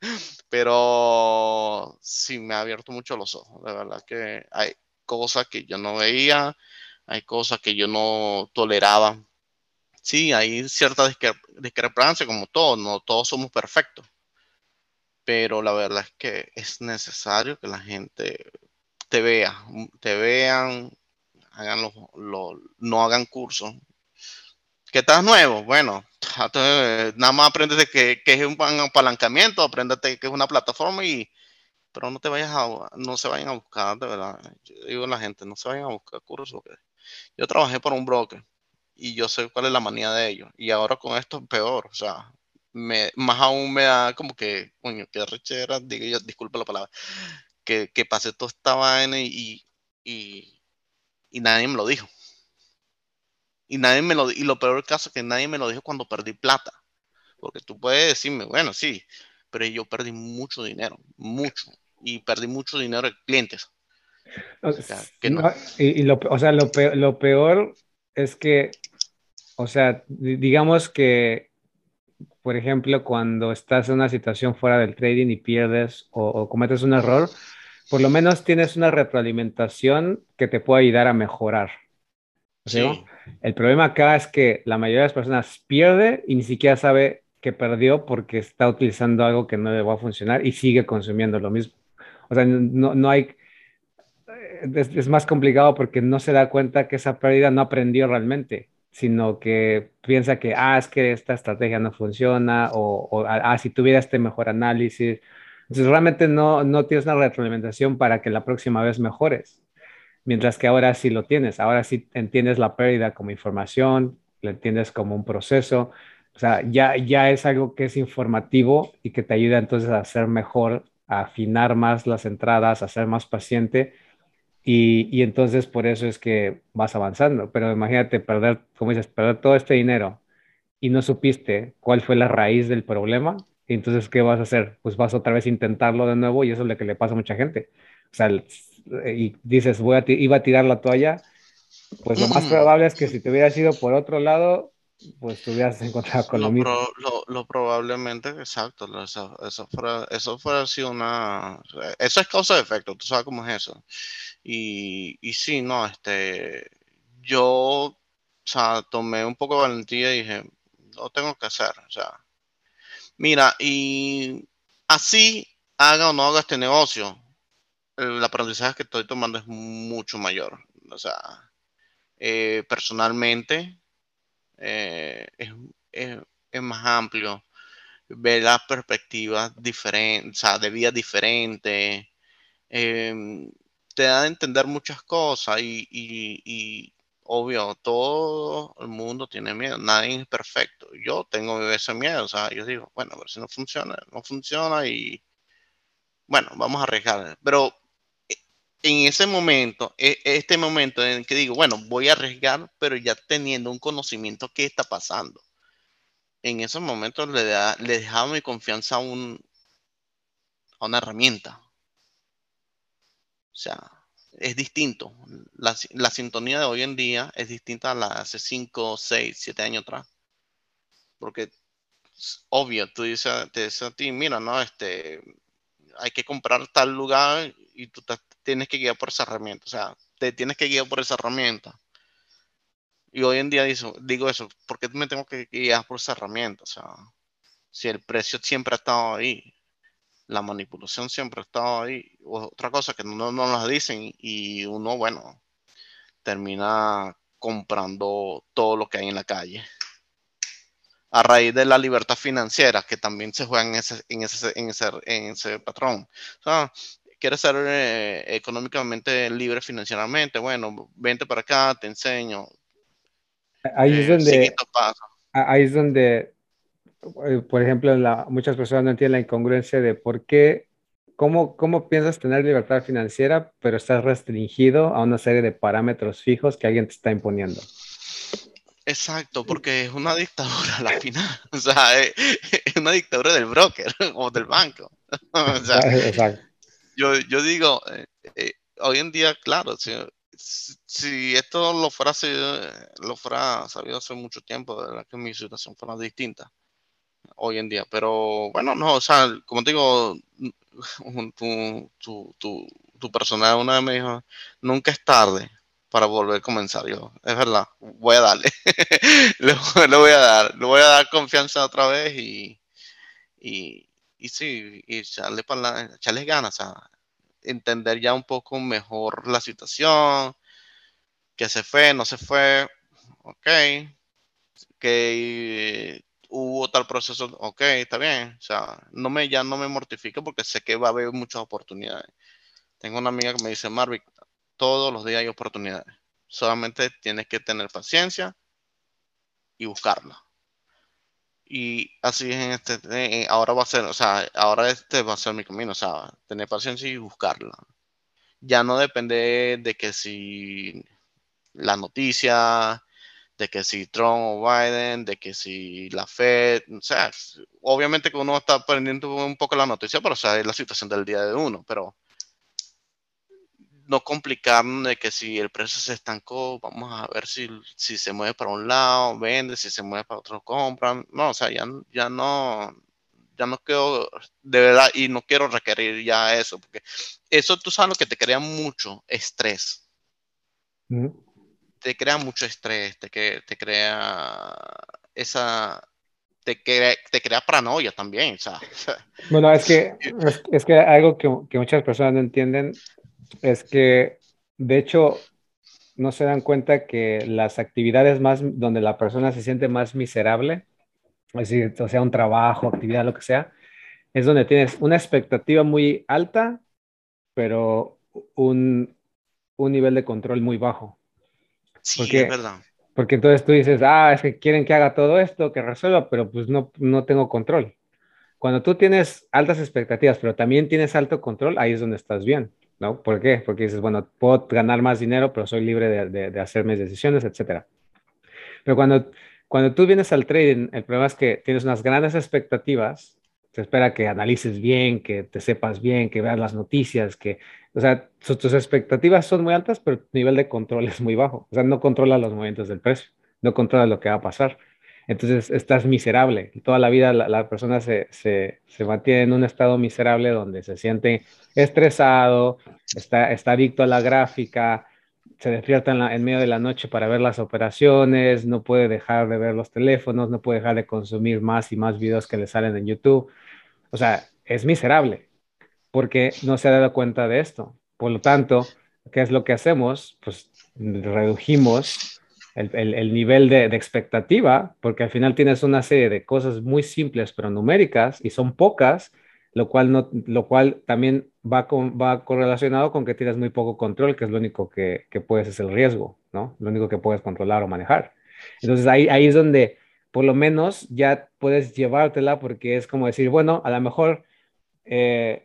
pero sí me ha abierto mucho los ojos, de verdad que hay cosas que yo no veía, hay cosas que yo no toleraba. Sí, hay cierta discre- discrepancia como todos, no todos somos perfectos, pero la verdad es que es necesario que la gente te vea, te vean, hagan los, los- no hagan cursos. ¿Que estás nuevo? Bueno, entonces, nada más aprendes de que, que es un apalancamiento, apréndete que es una plataforma y, pero no te vayas a, no se vayan a buscar, de verdad. Yo digo a la gente, no se vayan a buscar cursos. Que yo trabajé por un broker y yo sé cuál es la manía de ellos. Y ahora con esto es peor, o sea, me, más aún me da como que, coño, qué rechera, digo yo, disculpe la palabra, que, que pasé toda esta vaina y, y, y nadie me lo dijo. Y nadie me lo, y lo peor del caso es que nadie me lo dijo cuando perdí plata. Porque tú puedes decirme, bueno, sí, pero yo perdí mucho dinero, mucho. Y perdí mucho dinero de clientes. O, O sea, que no. no, y, y lo, o sea, lo peor, lo peor es que, o sea, di- digamos que, por ejemplo, cuando estás en una situación fuera del trading y pierdes o, o cometes un error, por lo menos tienes una retroalimentación que te puede ayudar a mejorar. ¿Sí? ¿No? Sí, El problema acá es que la mayoría de las personas pierde y ni siquiera sabe que perdió porque está utilizando algo que no le va a funcionar y sigue consumiendo lo mismo. O sea, no, no hay, es, es más complicado porque no se da cuenta que esa pérdida no aprendió realmente, sino que piensa que, ah, es que esta estrategia no funciona o, o ah, si tuviera este mejor análisis. Entonces, realmente no, no tienes una retroalimentación para que la próxima vez mejores. Mientras que ahora sí lo tienes, ahora sí entiendes la pérdida como información, lo entiendes como un proceso, o sea, ya, ya es algo que es informativo y que te ayuda entonces a ser mejor, a afinar más las entradas, a ser más paciente y, y entonces por eso es que vas avanzando. Pero imagínate perder, como dices, perder todo este dinero y no supiste cuál fue la raíz del problema, y entonces, ¿qué vas a hacer? Pues vas otra vez a intentarlo de nuevo y eso es lo que le pasa a mucha gente. O sea, el- y dices, voy a ti- iba a tirar la toalla, pues lo más probable es que si te hubieras ido por otro lado, pues te hubieras encontrado con lo lo, mismo. pro- lo, lo probablemente, exacto, lo- eso, eso fuera, eso fuera sido una, eso es causa de efecto, tú sabes cómo es eso. Y, y sí, no, este, yo, o sea, tomé un poco de valentía y dije, lo tengo que hacer, o sea, mira, y así haga o no haga este negocio, el aprendizaje que estoy tomando es mucho mayor. O sea, eh, personalmente eh, es, es- es más amplio, ver las perspectivas diferentes, o sea, de vida diferentes, eh, te da a entender muchas cosas y, y- y, obvio, todo el mundo tiene miedo, nadie es perfecto. Yo tengo ese miedo, o sea, yo digo, bueno, a ver si no funciona, no funciona y bueno, vamos a arriesgar. Pero eh, en ese momento, e- este momento en el que digo, bueno, voy a arriesgar, pero ya teniendo un conocimiento qué está pasando. En esos momentos le, da, le dejaba mi confianza a, un, a una herramienta. O sea, es distinto. La, la sintonía de hoy en día es distinta a la de hace cinco, seis, siete años atrás. Porque es obvio, tú dices, te dices a ti, mira, no, este, hay que comprar tal lugar y tú te tienes que guiar por esa herramienta. O sea, te tienes que guiar por esa herramienta. Y hoy en día digo, digo eso, ¿por qué me tengo que guiar por esa herramienta? O sea, si el precio siempre ha estado ahí, la manipulación siempre ha estado ahí. Otra cosa que no nos la dicen y uno, bueno, termina comprando todo lo que hay en la calle. A raíz de la libertad financiera que también se juega en ese, en ese, en ese, en ese patrón. O sea, quieres ser eh, económicamente libre financieramente, bueno, vente para acá, te enseño, Ahí es eh, sigue donde, estos pasos. ahí es donde eh, por ejemplo, la- muchas personas no entienden la incongruencia de por qué, cómo, cómo piensas tener libertad financiera, pero estás restringido a una serie de parámetros fijos que alguien te está imponiendo. Exacto, porque es una dictadura a la final. O sea, es, es una dictadura del broker o del banco. O sea, Exacto. yo, yo digo, eh, eh, hoy en día, claro, si, si- si esto lo fuera, sabido- lo fuera sabido hace mucho tiempo, de verdad que mi situación fuera distinta hoy en día. Pero bueno, no, o sea, como te digo, un- tu, tu, tu, tu personal una vez me dijo, nunca es tarde para volver a comenzar. Yo, es verdad, voy a darle. le, le voy a dar, le voy a dar confianza otra vez y, y, y sí, y echarle, para la, echarles ganas, o sea, entender ya un poco mejor la situación, que se fue, no se fue, ok, que hubo tal proceso, ok, está bien, o sea, no me, ya no me mortifico porque sé que va a haber muchas oportunidades. Tengo una amiga que me dice, Marvick, todos los días hay oportunidades, solamente tienes que tener paciencia y buscarla. Y así es en este, eh, ahora va a ser, o sea, ahora este va a ser mi camino, o sea, tener paciencia y buscarla. Ya no depende de que si la noticia, de que si Trump o Biden, de que si la Fed, o sea, obviamente que uno está aprendiendo un poco la noticia, pero o sea, es la situación del día de uno, pero no complicar de que si el precio se estancó, vamos a ver si, si se mueve para un lado, vende, si se mueve para otro, compran. No, o sea, ya, ya no, ya no quiero, de verdad, y no quiero requerir ya eso, porque eso tú sabes lo que te crea mucho estrés. Ujú. Te crea mucho estrés, te, que, te crea esa, te crea, te crea paranoia también, o sea. Bueno, es que, es, es que algo que, que muchas personas no entienden es que, de hecho, no se dan cuenta que las actividades más donde la persona se siente más miserable, es decir, o sea, un trabajo, actividad, lo que sea, es donde tienes una expectativa muy alta, pero un, un nivel de control muy bajo. Sí, es Porque, verdad. porque entonces tú dices, ah, es que quieren que haga todo esto, que resuelva, pero pues no, no tengo control. Cuando tú tienes altas expectativas, pero también tienes alto control, ahí es donde estás bien, ¿no? ¿Por qué? Porque dices, bueno, puedo ganar más dinero, pero soy libre de, de, de hacer mis decisiones, etcétera. Pero cuando, cuando tú vienes al trading, el problema es que tienes unas grandes expectativas, se espera que analices bien, que te sepas bien, que veas las noticias, que, o sea, sus- tus expectativas son muy altas, pero tu nivel de control es muy bajo. O sea, no controlas los movimientos del precio, no controlas lo que va a pasar. Entonces estás miserable. Toda la vida la, la persona se, se, se mantiene en un estado miserable donde se siente estresado, está, está adicto a la gráfica, se despierta en, la- en medio de la noche para ver las operaciones, no puede dejar de ver los teléfonos, no puede dejar de consumir más y más videos que le salen en YouTube. O sea, es miserable porque no se ha dado cuenta de esto. Por lo tanto, ¿qué es lo que hacemos? Pues redujimos el, el- el nivel de, de expectativa, porque al final tienes una serie de cosas muy simples pero numéricas y son pocas, lo cual, no, lo cual también va, con, va correlacionado con que tienes muy poco control, que es lo único que, que puedes, es el riesgo, ¿no? Lo único que puedes controlar o manejar. Entonces ahí, ahí es donde por lo menos ya puedes llevártela porque es como decir, bueno, a lo mejor... eh,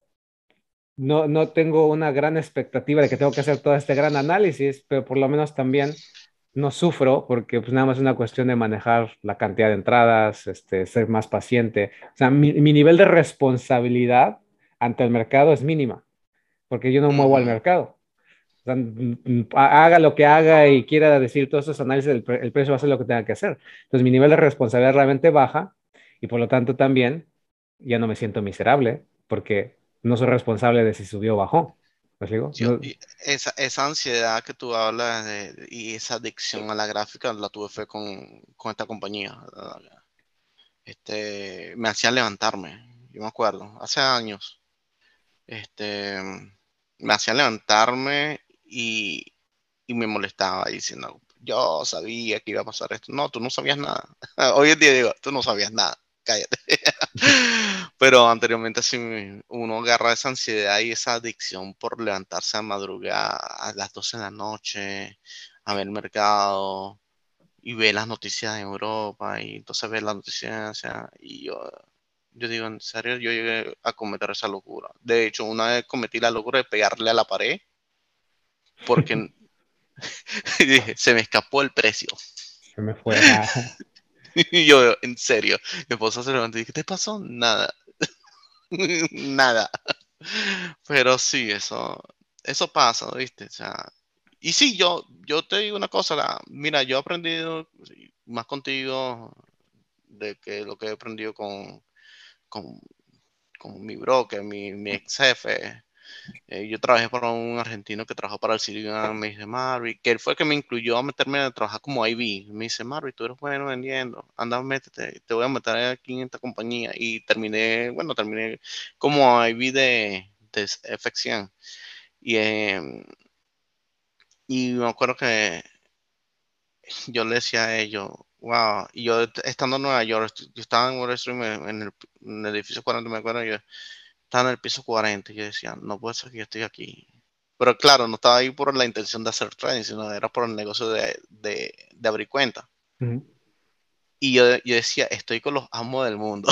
no, no tengo una gran expectativa de que tengo que hacer todo este gran análisis, pero por lo menos también no sufro porque pues nada más es una cuestión de manejar la cantidad de entradas, este, ser más paciente. O sea, mi, mi nivel de responsabilidad ante el mercado es mínima porque yo no muevo al Ujú. mercado. O sea, m- m- haga lo que haga y quiera decir todos esos análisis, el, pre- el precio va a hacer lo que tenga que hacer. Entonces mi nivel de responsabilidad realmente baja y por lo tanto también ya no me siento miserable porque no soy responsable de si subió o bajó. ¿Me explico? Yo, No- y esa, esa ansiedad que tú hablas de- de- y esa adicción a la gráfica la tuve fue con, con esta compañía. ¿Verdad? Este, me hacía levantarme, yo me acuerdo, hace años. Este, me hacía levantarme y, y me molestaba diciendo, yo sabía que iba a pasar esto. No, tú no sabías nada. Hoy en día digo, tú no sabías nada. Cállate. Pero anteriormente sí uno agarra esa ansiedad y esa adicción por levantarse a madrugada a las doce de la noche, a ver el mercado y ver las noticias de Europa y entonces ver las noticias, o sea, y yo, yo digo, en serio, yo llegué a cometer esa locura. De hecho, una vez cometí la locura de pegarle a la pared porque dije, se me escapó el precio. Se me fue. Ah. Y yo, en serio, mi esposa se levantó y dije, ¿qué te pasó? Nada, nada. Pero sí, eso, eso pasa, ¿viste? O sea, y sí, yo, yo te digo una cosa, la- mira, yo he aprendido sí, más contigo de que lo que he aprendido con, con, con mi broker, mi, mi ex jefe. Eh, yo trabajé para un argentino que trabajó para el Silicon, me dice, Marvin, que él fue el que me incluyó a meterme a trabajar como I B. Me dice, Marvin, tú eres bueno vendiendo, anda, métete, te voy a meter aquí en esta compañía. Y terminé, bueno, terminé como I B de, de F X cien. Y, eh, y me acuerdo que yo le decía a ellos, wow, y yo estando en Nueva York, yo estaba en Wall Street, en en el, en el edificio cuarenta, me acuerdo, yo estaba en el piso cuarenta y yo decía, no puede ser que yo estoy aquí. Pero claro, no estaba ahí por la intención de hacer trading, sino era por el negocio de, de, de abrir cuenta. Ujú. Y yo, yo decía, estoy con los amos del mundo.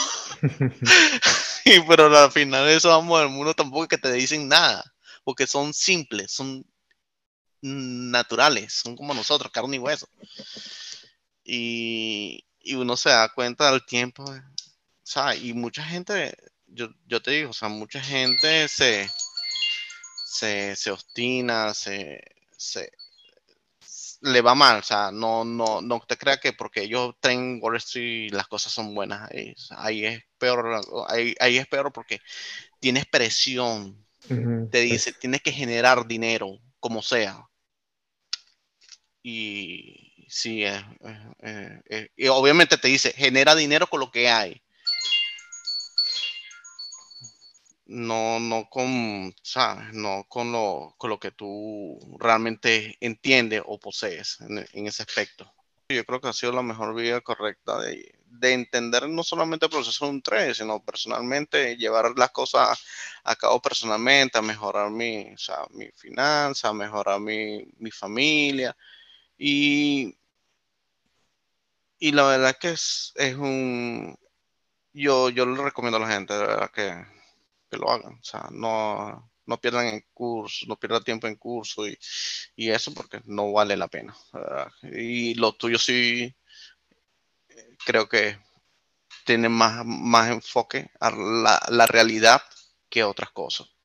Y pero al final esos amos del mundo tampoco es que te dicen nada, porque son simples, son naturales, son como nosotros, carne y hueso. Y, y uno se da cuenta del tiempo, o sea, y mucha gente, yo, yo te digo, o sea, mucha gente se, se, se obstina, se, se, le va mal, o sea, no, no, no te creas que porque ellos traen Wall Street las cosas son buenas, ahí, ahí es peor, ahí, ahí es peor porque tienes presión, Ujú, te dice, pues, tienes que generar dinero, como sea, y sí, eh, eh, eh, y obviamente te dice, genera dinero con lo que hay, no, no con, ¿sabes? No con lo, con lo que tú realmente entiendes o posees en, en ese aspecto. Yo creo que ha sido la mejor vía correcta de, de entender no solamente el proceso de un trade, sino personalmente llevar las cosas a cabo personalmente, a mejorar mi, o sea, mi finanza, a mejorar mi, mi familia. Y, y la verdad que es, es un, yo, yo le recomiendo a la gente, de verdad que, que lo hagan. O sea, no, no pierdan en curso, no pierdan tiempo en curso y, y eso porque no vale la pena, ¿verdad? Y lo tuyo sí creo que tiene más, más enfoque a la, la realidad que otras cosas.